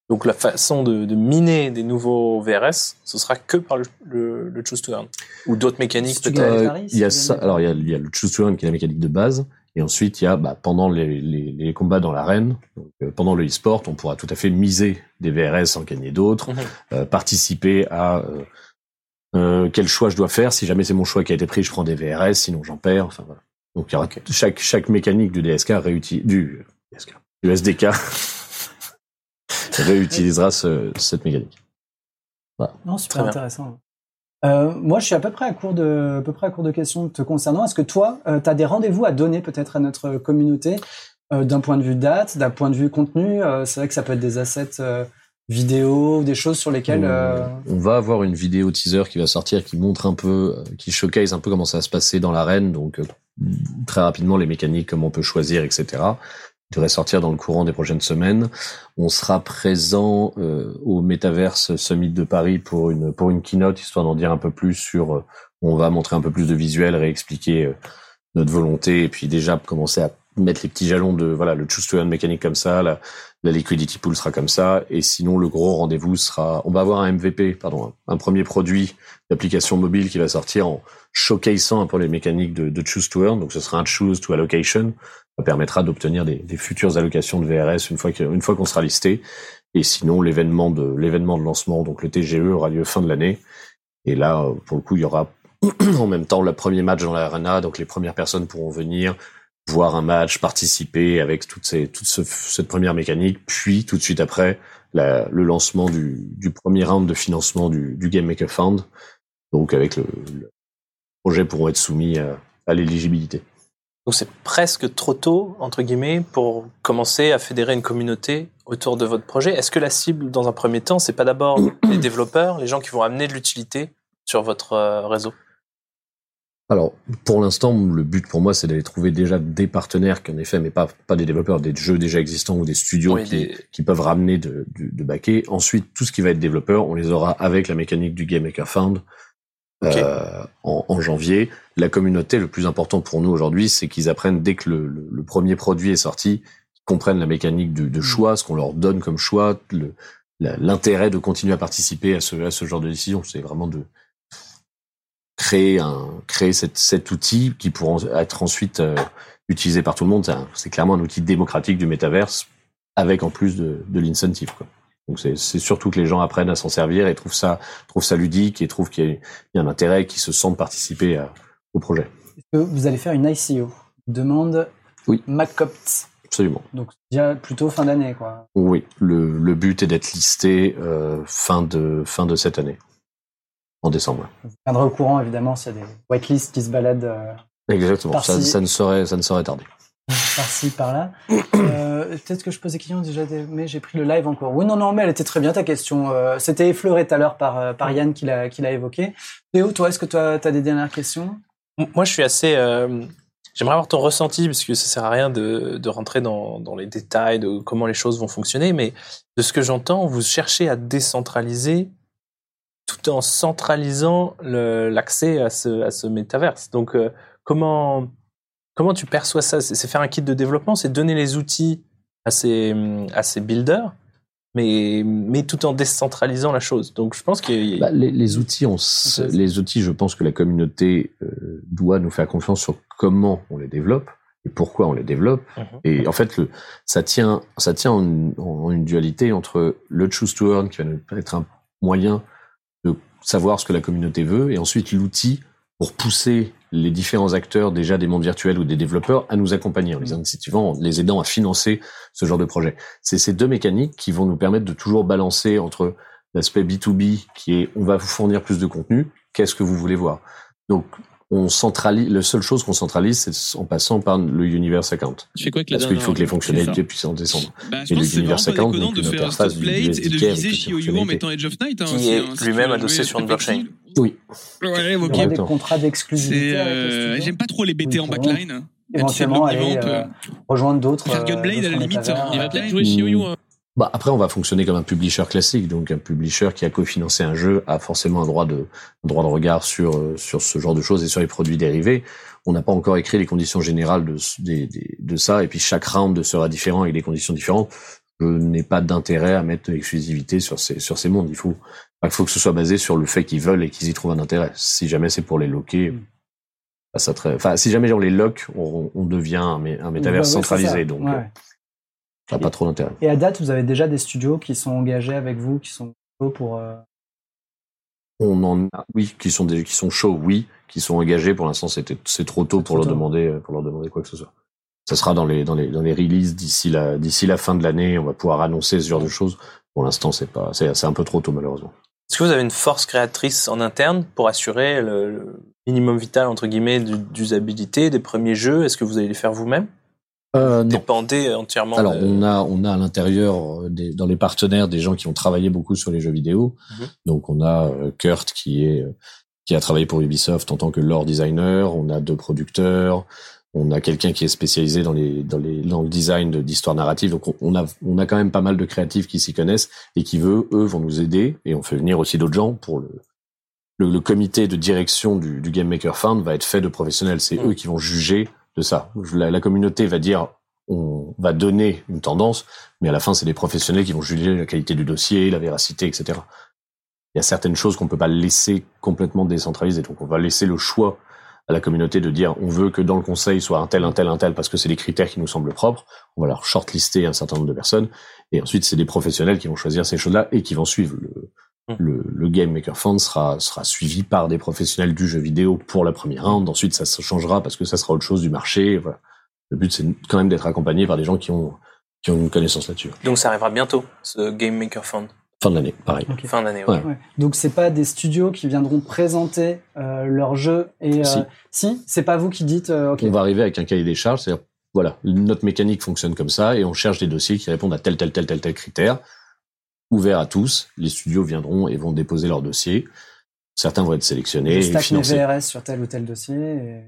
Donc la façon de, de miner des nouveaux V R S, ce sera que par le, le, le choose to earn ou d'autres mécaniques Si tu peut-être. gagnes les Euh, paris, il y a si tu ça. gagnes les Alors il y a, il y a le choose to earn qui est la mécanique de base, et ensuite il y a bah, pendant les, les, les combats dans l'arène, donc, euh, pendant le e-sport, on pourra tout à fait miser des V R S, en gagner d'autres, Mhm. euh, participer à euh, euh, quel choix je dois faire. Si jamais c'est mon choix qui a été pris, je prends des V R S, sinon j'en perds. Enfin voilà. Donc il y aura Ok. chaque chaque mécanique du D S K réutilise du D S K, du S D K réutilisera ce, cette mécanique. Non, super Très bien. intéressant. Euh, moi, je suis à peu près à court de, à peu près à court de questions te concernant. Est-ce que toi, euh, tu as des rendez-vous à donner peut-être à notre communauté euh, d'un point de vue date, d'un point de vue contenu? euh, C'est vrai que ça peut être des assets euh, vidéo, des choses sur lesquelles. Euh... On va avoir une vidéo teaser qui va sortir, qui montre un peu, euh, qui showcase un peu comment ça va se passer dans l'arène, donc euh, très rapidement les mécaniques, comment on peut choisir, et cetera. Il devrait sortir dans le courant des prochaines semaines. On sera présent euh, au Metaverse Summit de Paris pour une pour une keynote, histoire d'en dire un peu plus sur. Euh, on va montrer un peu plus de visuels, réexpliquer euh, notre volonté, et puis déjà commencer à mettre les petits jalons de voilà le choose to earn mécanique comme ça, la, la liquidity pool sera comme ça, et sinon le gros rendez-vous sera, on va avoir un M V P, pardon, un, un premier produit d'application mobile qui va sortir en showcaseant un peu les mécaniques de, de choose to earn, donc ce sera un choose to allocation, ça permettra d'obtenir des, des futures allocations de V R S une fois que, une fois qu'on sera listé, et sinon l'événement de l'événement de lancement, donc le T G E aura lieu fin de l'année, et là pour le coup il y aura en même temps le premier match dans l'arena, donc les premières personnes pourront venir voir un match, participer avec toutes ces, toute ce, cette première mécanique, puis tout de suite après, la, le lancement du, du premier round de financement du, du Game Maker Fund. Donc avec le, le projet pourront être soumis à, à l'éligibilité. Donc c'est presque trop tôt, entre guillemets, pour commencer à fédérer une communauté autour de votre projet. Est-ce que la cible, dans un premier temps, c'est pas d'abord les développeurs, les gens qui vont amener de l'utilité sur votre euh, réseau? Alors, pour l'instant, le but pour moi, c'est d'aller trouver déjà des partenaires qui en effet, mais pas, pas des développeurs, des jeux déjà existants ou des studios Oui, qui, des... qui peuvent ramener de, de, de backer. Ensuite, tout ce qui va être développeur, on les aura avec la mécanique du Game Maker Fund Okay. euh, en, en janvier. La communauté, le plus important pour nous aujourd'hui, c'est qu'ils apprennent dès que le, le, le premier produit est sorti, qu'ils comprennent la mécanique de, de choix, ce qu'on leur donne comme choix, le, la, l'intérêt de continuer à participer à ce, à ce genre de décision. C'est vraiment de créer un créer cette, cet outil qui pourra être ensuite euh, utilisé par tout le monde. C'est, un, c'est clairement un outil démocratique du métaverse avec en plus de, de l'incentive, quoi. Donc c'est, c'est surtout que les gens apprennent à s'en servir et trouvent ça trouvent ça ludique et trouvent qu'il y a, il y a un intérêt, qu'ils se sentent participer à, au projet. Est-ce que vous allez faire une I C O? Demande Oui. MacCopt. Absolument. Donc déjà plutôt fin d'année, quoi. Oui, le, le but est d'être listé euh, fin de fin de cette année, en décembre. Vous tiendrez au courant évidemment s'il y a des whitelists qui se baladent. Euh... Exactement. Ça, Par-ci. ça ne saurait ça ne saurait tarder. Par-ci, par-là. Euh, peut-être que je pose des questions déjà, mais j'ai pris le live encore. Oui, non, non, mais elle était très bien ta question. Euh, c'était effleuré tout à l'heure par, euh, par Yann qui l'a, qui l'a évoqué. Théo, toi, est-ce que tu as des dernières questions? Moi, je suis assez... Euh, j'aimerais avoir ton ressenti, parce que ça sert à rien de, de rentrer dans, dans les détails de comment les choses vont fonctionner, mais de ce que j'entends, vous cherchez à décentraliser tout en centralisant le, l'accès à ce, à ce métaverse. Donc, euh, comment... Comment tu perçois ça? C'est faire un kit de développement, c'est donner les outils à ces, à ces builders, mais, mais tout en décentralisant la chose. Donc, je pense que... Bah, les, les outils, on s... les outils, je pense que la communauté euh, doit nous faire confiance sur comment on les développe et pourquoi on les développe. Mm-hmm. Et en fait, le, ça tient, ça tient en, en une dualité entre le choose to earn, qui va nous être un moyen de savoir ce que la communauté veut, et ensuite l'outil pour pousser les différents acteurs déjà des mondes virtuels ou des développeurs à nous accompagner en les incentivant, en les aidant à financer ce genre de projet. C'est ces deux mécaniques qui vont nous permettre de toujours balancer entre l'aspect B deux B qui est on va vous fournir plus de contenu, qu'est-ce que vous voulez voir. Donc on centralise, la seule chose qu'on centralise, c'est en passant par le Universe Account. Tu fais quoi avec la Parce qu'il faut que les fonctionnalités puissent en descendre. Bah, et le Universe Account, donc une interface du U S D K avec toutes les en mettant Edge of Night, hein, qui est lui-même adossé sur une blockchain. Oui. Ouais, ok. Il y a des contrats d'exclusivité. Euh, j'aime pas trop les B T en backline. Éventuellement aller euh, rejoindre d'autres. Faire Gunblade à la limite. Il va peut-être jouer chez Yo-Yo. Bah après on va fonctionner comme un publisher classique, donc un publisher qui a cofinancé un jeu a forcément un droit de un droit de regard sur sur ce genre de choses et sur les produits dérivés. On n'a pas encore écrit les conditions générales de de, de, de ça, et puis chaque round sera différent avec des conditions différentes. je n'ai pas d'intérêt à mettre l'exclusivité sur ces, sur ces mondes. Il faut, il faut que ce soit basé sur le fait qu'ils veulent et qu'ils y trouvent un intérêt. Si jamais c'est pour les loquer, mm. bah, ça très, enfin, si jamais on les lock, on, on devient un, un métavers ouais, centralisé, ouais, donc, ouais. euh, ça n'a pas trop d'intérêt. Et à date, vous avez déjà des studios qui sont engagés avec vous, qui sont pour, euh... on en a, oui, qui sont des, qui sont chauds, oui, qui sont engagés. Pour l'instant, c'était, c'est trop tôt c'est pour leur tôt. demander, pour leur demander quoi que ce soit. Ça sera dans les, dans les, dans les releases d'ici la, d'ici la fin de l'année. On va pouvoir annoncer ce genre de choses. Pour l'instant, c'est pas, c'est, c'est un peu trop tôt, malheureusement. Est-ce que vous avez une force créatrice en interne pour assurer le, le minimum vital, entre guillemets, d'usabilité des premiers jeux? Est-ce que vous allez les faire vous-même? Euh, non. Dépendez entièrement. Alors, de... on a, on a à l'intérieur, des, dans les partenaires, des gens qui ont travaillé beaucoup sur les jeux vidéo. Mm-hmm. Donc, on a euh, Kurt qui est, qui a travaillé pour Ubisoft en tant que lore designer. On a deux producteurs. On a quelqu'un qui est spécialisé dans les, dans les, dans le design de, d'histoire narrative. Donc, on, on a, on a quand même pas mal de créatifs qui s'y connaissent et qui, veut, eux, vont nous aider. Et on fait venir aussi d'autres gens pour le, le, le comité de direction du, du Game Maker Fund va être fait de professionnels. C'est mmh. eux qui vont juger de ça. La, la communauté va dire, on va donner une tendance, mais à la fin, c'est des professionnels qui vont juger la qualité du dossier, la véracité, et cetera. Il y a certaines choses qu'on peut pas laisser complètement décentralisées. Donc, on va laisser le choix à la communauté de dire on veut que dans le conseil soit un tel, un tel, un tel parce que c'est des critères qui nous semblent propres. On va leur shortlister un certain nombre de personnes et ensuite c'est des professionnels qui vont choisir ces choses-là et qui vont suivre. Le, mmh. le, le Game Maker Fund sera, sera suivi par des professionnels du jeu vidéo pour la première round. Ensuite ça se changera parce que ça sera autre chose du marché. Voilà. Le but c'est quand même d'être accompagné par des gens qui ont, qui ont une connaissance là-dessus. Donc ça arrivera bientôt, ce Game Maker Fund. Fin de l'année, pareil. Okay. Fin d'année, ouais. ouais. Donc c'est pas des studios qui viendront présenter euh, leur jeu et euh, si, si c'est pas vous qui dites. Euh, okay. On va arriver avec un cahier des charges, c'est-à-dire voilà, notre mécanique fonctionne comme ça et on cherche des dossiers qui répondent à tel tel tel tel tel critère, ouvert à tous. Les studios viendront et vont déposer leur dossier. Certains vont être sélectionnés et financés. V R S sur tel ou tel dossier. Et...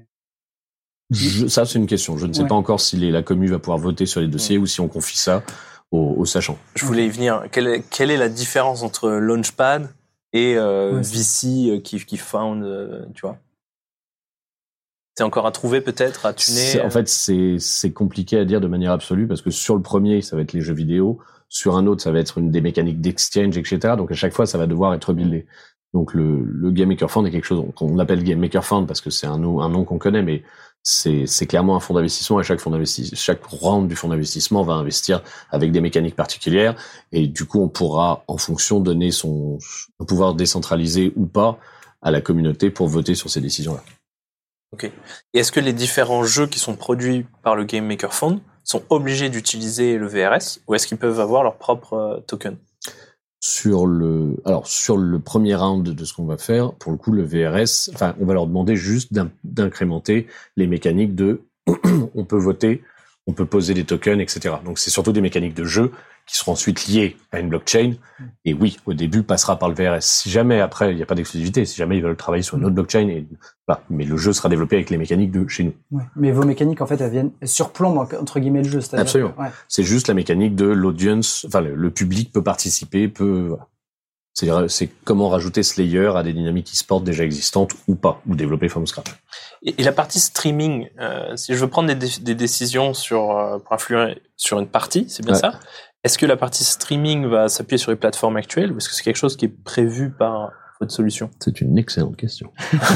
Je, ça c'est une question. Je ne sais ouais. pas encore si les, la commu va pouvoir voter sur les dossiers ouais. ou si on confie ça. Aux, aux sachants. Je voulais y venir. Quelle est, quelle est la différence entre Launchpad et euh, ouais, V C qui, qui found, euh, tu vois? C'est encore à trouver peut-être, à tuner. C'est, en fait, c'est, c'est compliqué à dire de manière absolue parce que sur le premier, ça va être les jeux vidéo. Sur un autre, ça va être une des mécaniques d'exchange, et cetera. Donc à chaque fois, ça va devoir être buildé. Donc le, le Game Maker Fund est quelque chose qu'on appelle Game Maker Fund parce que c'est un nom, un nom qu'on connaît, mais c'est, c'est clairement un fonds d'investissement et chaque fonds d'investissement, chaque round du fonds d'investissement va investir avec des mécaniques particulières et du coup on pourra en fonction donner son, un pouvoir décentralisé ou pas à la communauté pour voter sur ces décisions-là. Ok. Et est-ce que les différents jeux qui sont produits par le Game Maker Fund sont obligés d'utiliser le V R S ou est-ce qu'ils peuvent avoir leur propre euh, token? Sur le, alors sur le premier round de ce qu'on va faire, pour le coup, le V R S, enfin, on va leur demander juste d'incrémenter les mécaniques de, on peut voter, on peut poser des tokens, et cetera. Donc c'est surtout des mécaniques de jeu qui seront ensuite liées à une blockchain. Et oui, au début, passera par le V R S. Si jamais après, il n'y a pas d'exclusivité, si jamais ils veulent travailler sur une autre blockchain, et voilà, mais le jeu sera développé avec les mécaniques de chez nous. Ouais. Mais vos mécaniques, en fait, elles viennent surplombent entre guillemets le jeu. C'est-à-dire absolument. Que, ouais. C'est juste la mécanique de l'audience, enfin le, le public peut participer, peut. Voilà. C'est, c'est comment rajouter ce layer à des dynamiques e-sport déjà existantes ou pas, ou développer from scratch. Et, et la partie streaming, euh, si je veux prendre des, dé- des décisions sur euh, pour influer sur une partie, c'est bien ouais. ça. Est-ce que la partie streaming va s'appuyer sur les plateformes actuelles ou est-ce que c'est quelque chose qui est prévu par votre solution? C'est une excellente question.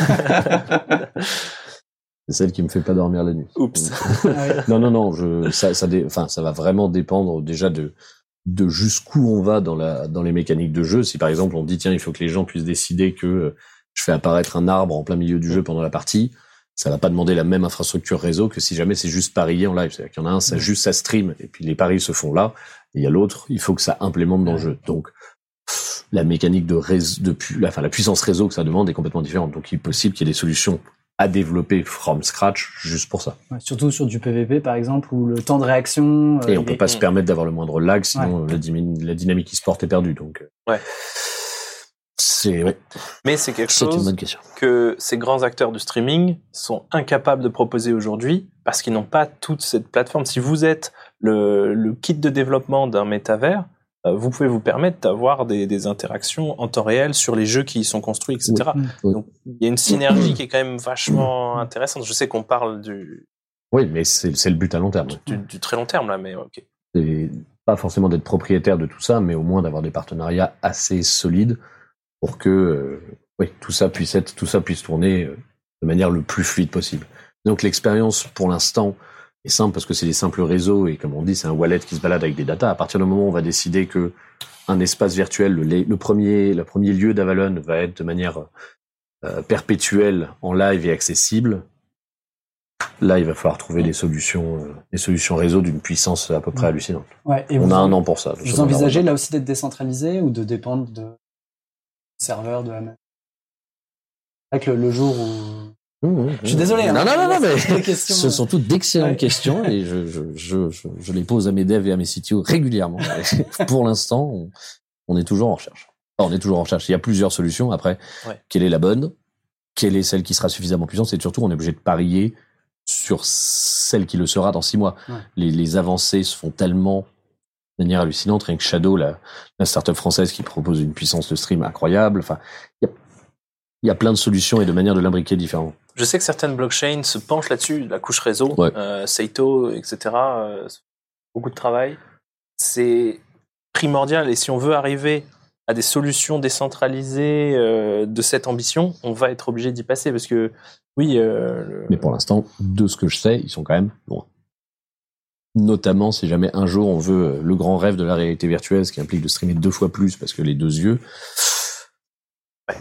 C'est celle qui me fait pas dormir la nuit. Oups. non, non, non. Je, ça, ça, dé, enfin, ça va vraiment dépendre déjà de, de jusqu'où on va dans la, dans les mécaniques de jeu. Si par exemple on dit tiens, il faut que les gens puissent décider que je fais apparaître un arbre en plein milieu du jeu pendant la partie, ça va pas demander la même infrastructure réseau que si jamais c'est juste parier en live. C'est-à-dire qu'il y en a un, ça juste ça stream et puis les paris se font là. Et il y a l'autre, il faut que ça implémente dans le jeu. Donc, la mécanique de réseau, de pu, la, enfin, la puissance réseau que ça demande est complètement différente. Donc, il est possible qu'il y ait des solutions à développer from scratch juste pour ça. Ouais, surtout sur du P V P, par exemple, où le temps de réaction... Et euh, on peut pas est... se permettre d'avoir le moindre lag, sinon ouais. la, dy- la dynamique e-sport est perdue. Donc, ouais. C'est, ouais. Mais c'est quelque c'est chose une bonne question. Que ces grands acteurs du streaming sont incapables de proposer aujourd'hui parce qu'ils n'ont pas toute cette plateforme. Si vous êtes le, le kit de développement d'un métavers, euh, vous pouvez vous permettre d'avoir des, des interactions en temps réel sur les jeux qui y sont construits, et cetera. Oui. Oui. Donc, il y a une synergie qui est quand même vachement intéressante. Je sais qu'on parle du... Oui, mais c'est, c'est le but à long terme. Du, du très long terme, là, mais ok. Et pas forcément d'être propriétaire de tout ça, mais au moins d'avoir des partenariats assez solides pour que euh, oui, tout ça puisse être, tout ça puisse tourner euh, de manière le plus fluide possible. Donc l'expérience, pour l'instant, est simple parce que c'est des simples réseaux et comme on dit, c'est un wallet qui se balade avec des datas. À partir du moment où on va décider que un espace virtuel, le, le premier, le premier lieu d'Avalon va être de manière euh, perpétuelle en live et accessible, là, il va falloir trouver des solutions, euh, des solutions réseau d'une puissance à peu près hallucinante. Ouais, et on vous a en, un an pour ça. Vous envisagez là aussi d'être décentralisé ou de dépendre de serveurs de Amazon? Avec le, le jour où Mmh, mmh, je suis désolé. Hein, non, non, non, non, mais questions, ce sont toutes d'excellentes ouais. questions et je, je, je, je, je les pose à mes devs et à mes C T O régulièrement. Pour l'instant, on, on est toujours en recherche. Enfin, on est toujours en recherche. Il y a plusieurs solutions. Après, ouais. Quelle est la bonne? Quelle est celle qui sera suffisamment puissante? Et surtout, on est obligé de parier sur celle qui le sera dans six mois. Ouais. Les, les avancées se font tellement de manière hallucinante. Rien que Shadow, la, la startup française qui propose une puissance de stream incroyable. Enfin, il y a Il y a plein de solutions et de manières de l'imbriquer différentes. Je sais que certaines blockchains se penchent là-dessus, la couche réseau, ouais. euh, Seito, et cetera. Euh, beaucoup de travail. C'est primordial. Et si on veut arriver à des solutions décentralisées euh, de cette ambition, on va être obligé d'y passer. Parce que, oui... Euh, le... Mais pour l'instant, de ce que je sais, ils sont quand même loin. Notamment si jamais un jour on veut le grand rêve de la réalité virtuelle, ce qui implique de streamer deux fois plus parce que les deux yeux... Ouais.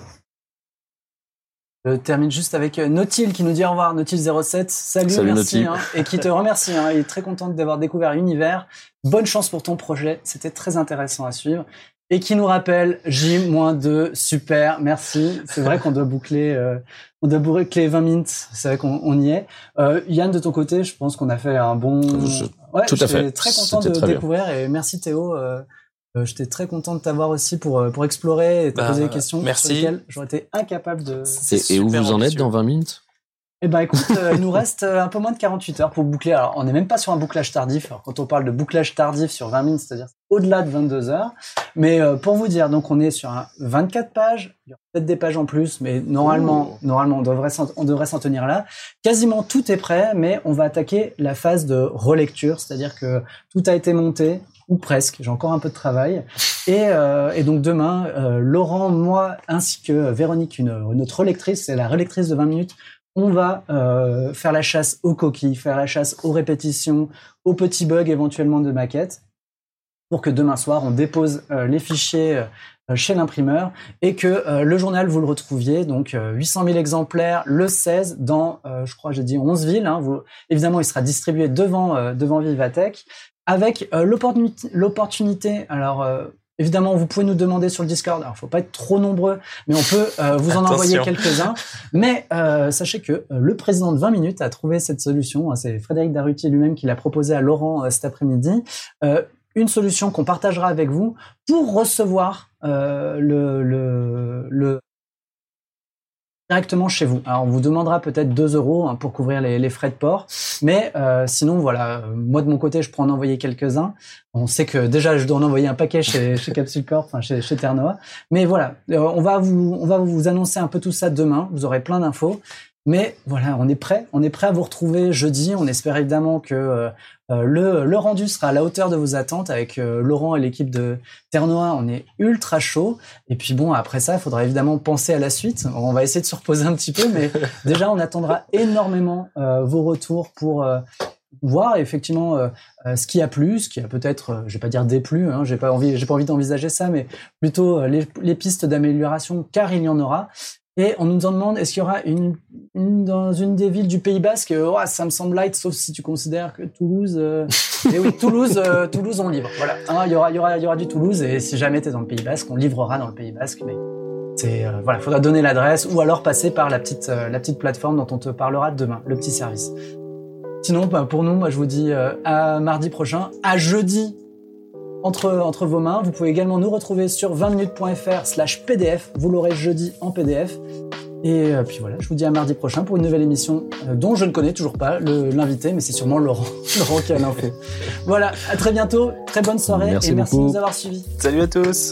Je termine juste avec Nautil qui nous dit au revoir, Nautil zéro sept. Salut, Salut merci, Nautil. Hein, et qui te remercie. Hein, il est très content d'avoir découvert l'univers. Bonne chance pour ton projet, c'était très intéressant à suivre. Et qui nous rappelle J deux, super, merci. C'est vrai qu'on doit boucler, euh, on doit boucler vingt minutes. C'est vrai qu'on on y est. Euh, Yann, de ton côté, je pense qu'on a fait un bon. Je... Ouais, Tout à fait. J'étais très content de découvrir bien. Et merci Théo. Euh, Euh, j'étais très content de t'avoir aussi pour pour explorer et te bah, poser des questions merci. sur lesquelles j'aurais été incapable de. Et, et où vous en êtes dans vingt minutes? Eh ben écoute, euh, il nous reste un peu moins de quarante-huit heures pour boucler. Alors on n'est même pas sur un bouclage tardif. Alors, quand on parle de bouclage tardif sur vingt minutes, c'est-à-dire au-delà de vingt-deux heures. Mais euh, pour vous dire, donc on est sur un vingt-quatre pages. Il y aura peut-être des pages en plus, mais normalement, oh. normalement on devrait s'en, on devrait s'en tenir là. Quasiment tout est prêt, mais on va attaquer la phase de relecture, c'est-à-dire que tout a été monté. Ou presque, j'ai encore un peu de travail. Et, euh, et donc demain, euh, Laurent, moi, ainsi que Véronique, une, notre relectrice, c'est la relectrice de vingt minutes, on va euh, faire la chasse aux coquilles, faire la chasse aux répétitions, aux petits bugs éventuellement de maquettes, pour que demain soir, on dépose euh, les fichiers euh, chez l'imprimeur et que euh, le journal, vous le retrouviez, donc euh, huit cent mille exemplaires le seize dans, euh, je crois, j'ai dit onze villes. Hein, vous, évidemment, il sera distribué devant, euh, devant Vivatech. Avec euh, l'opportunité, l'opportunité, alors euh, évidemment vous pouvez nous demander sur le Discord, alors faut pas être trop nombreux, mais on peut euh, vous en envoyer quelques-uns, mais euh, sachez que euh, le président de vingt minutes a trouvé cette solution, hein, c'est Frédéric Daruti lui-même qui l'a proposé à Laurent euh, cet après-midi, euh, une solution qu'on partagera avec vous pour recevoir euh, le, le, le directement chez vous. Alors, on vous demandera peut-être deux euros hein, pour couvrir les, les frais de port. Mais euh, sinon, voilà, moi de mon côté, je pourrais en envoyer quelques-uns. On sait que déjà, je dois en envoyer un paquet chez, chez Capsule Corp, enfin chez, chez Ternoa. Mais voilà, euh, on va vous, on va vous annoncer un peu tout ça demain. Vous aurez plein d'infos. Mais voilà, on est prêt. On est prêt à vous retrouver jeudi. On espère évidemment que euh, le, le rendu sera à la hauteur de vos attentes. Avec euh, Laurent et l'équipe de Ternoa, on est ultra chaud. Et puis bon, après ça, il faudra évidemment penser à la suite. On va essayer de se reposer un petit peu, mais déjà, on attendra énormément euh, vos retours pour euh, voir effectivement euh, euh, ce qui a plu, ce qui a peut-être, euh, je vais pas dire déplu, hein, j'ai pas envie, j'ai pas envie d'envisager ça, mais plutôt euh, les, les pistes d'amélioration, car il y en aura. Et on nous en demande, est-ce qu'il y aura une, une dans une des villes du Pays Basque? Oh, ça me semble light, sauf si tu considères que Toulouse. Euh... Et oui, Toulouse, euh, Toulouse, on livre. Voilà, hein, il y aura, il y aura, il y aura du Toulouse. Et si jamais t'es dans le Pays Basque, on livrera dans le Pays Basque. Mais c'est euh, voilà, faudra donner l'adresse ou alors passer par la petite, euh, la petite plateforme dont on te parlera demain, le petit service. Sinon, bah, pour nous, moi, je vous dis euh, à mardi prochain, à jeudi. Entre, entre vos mains. Vous pouvez également nous retrouver sur vingt minutes point f r slash P D F. Vous l'aurez jeudi en P D F. Et euh, puis voilà, je vous dis à mardi prochain pour une nouvelle émission euh, dont je ne connais toujours pas le, l'invité, mais c'est sûrement Laurent, Laurent qui a l'info. Voilà, à très bientôt, très bonne soirée merci et merci beaucoup. De nous avoir suivis. Salut à tous.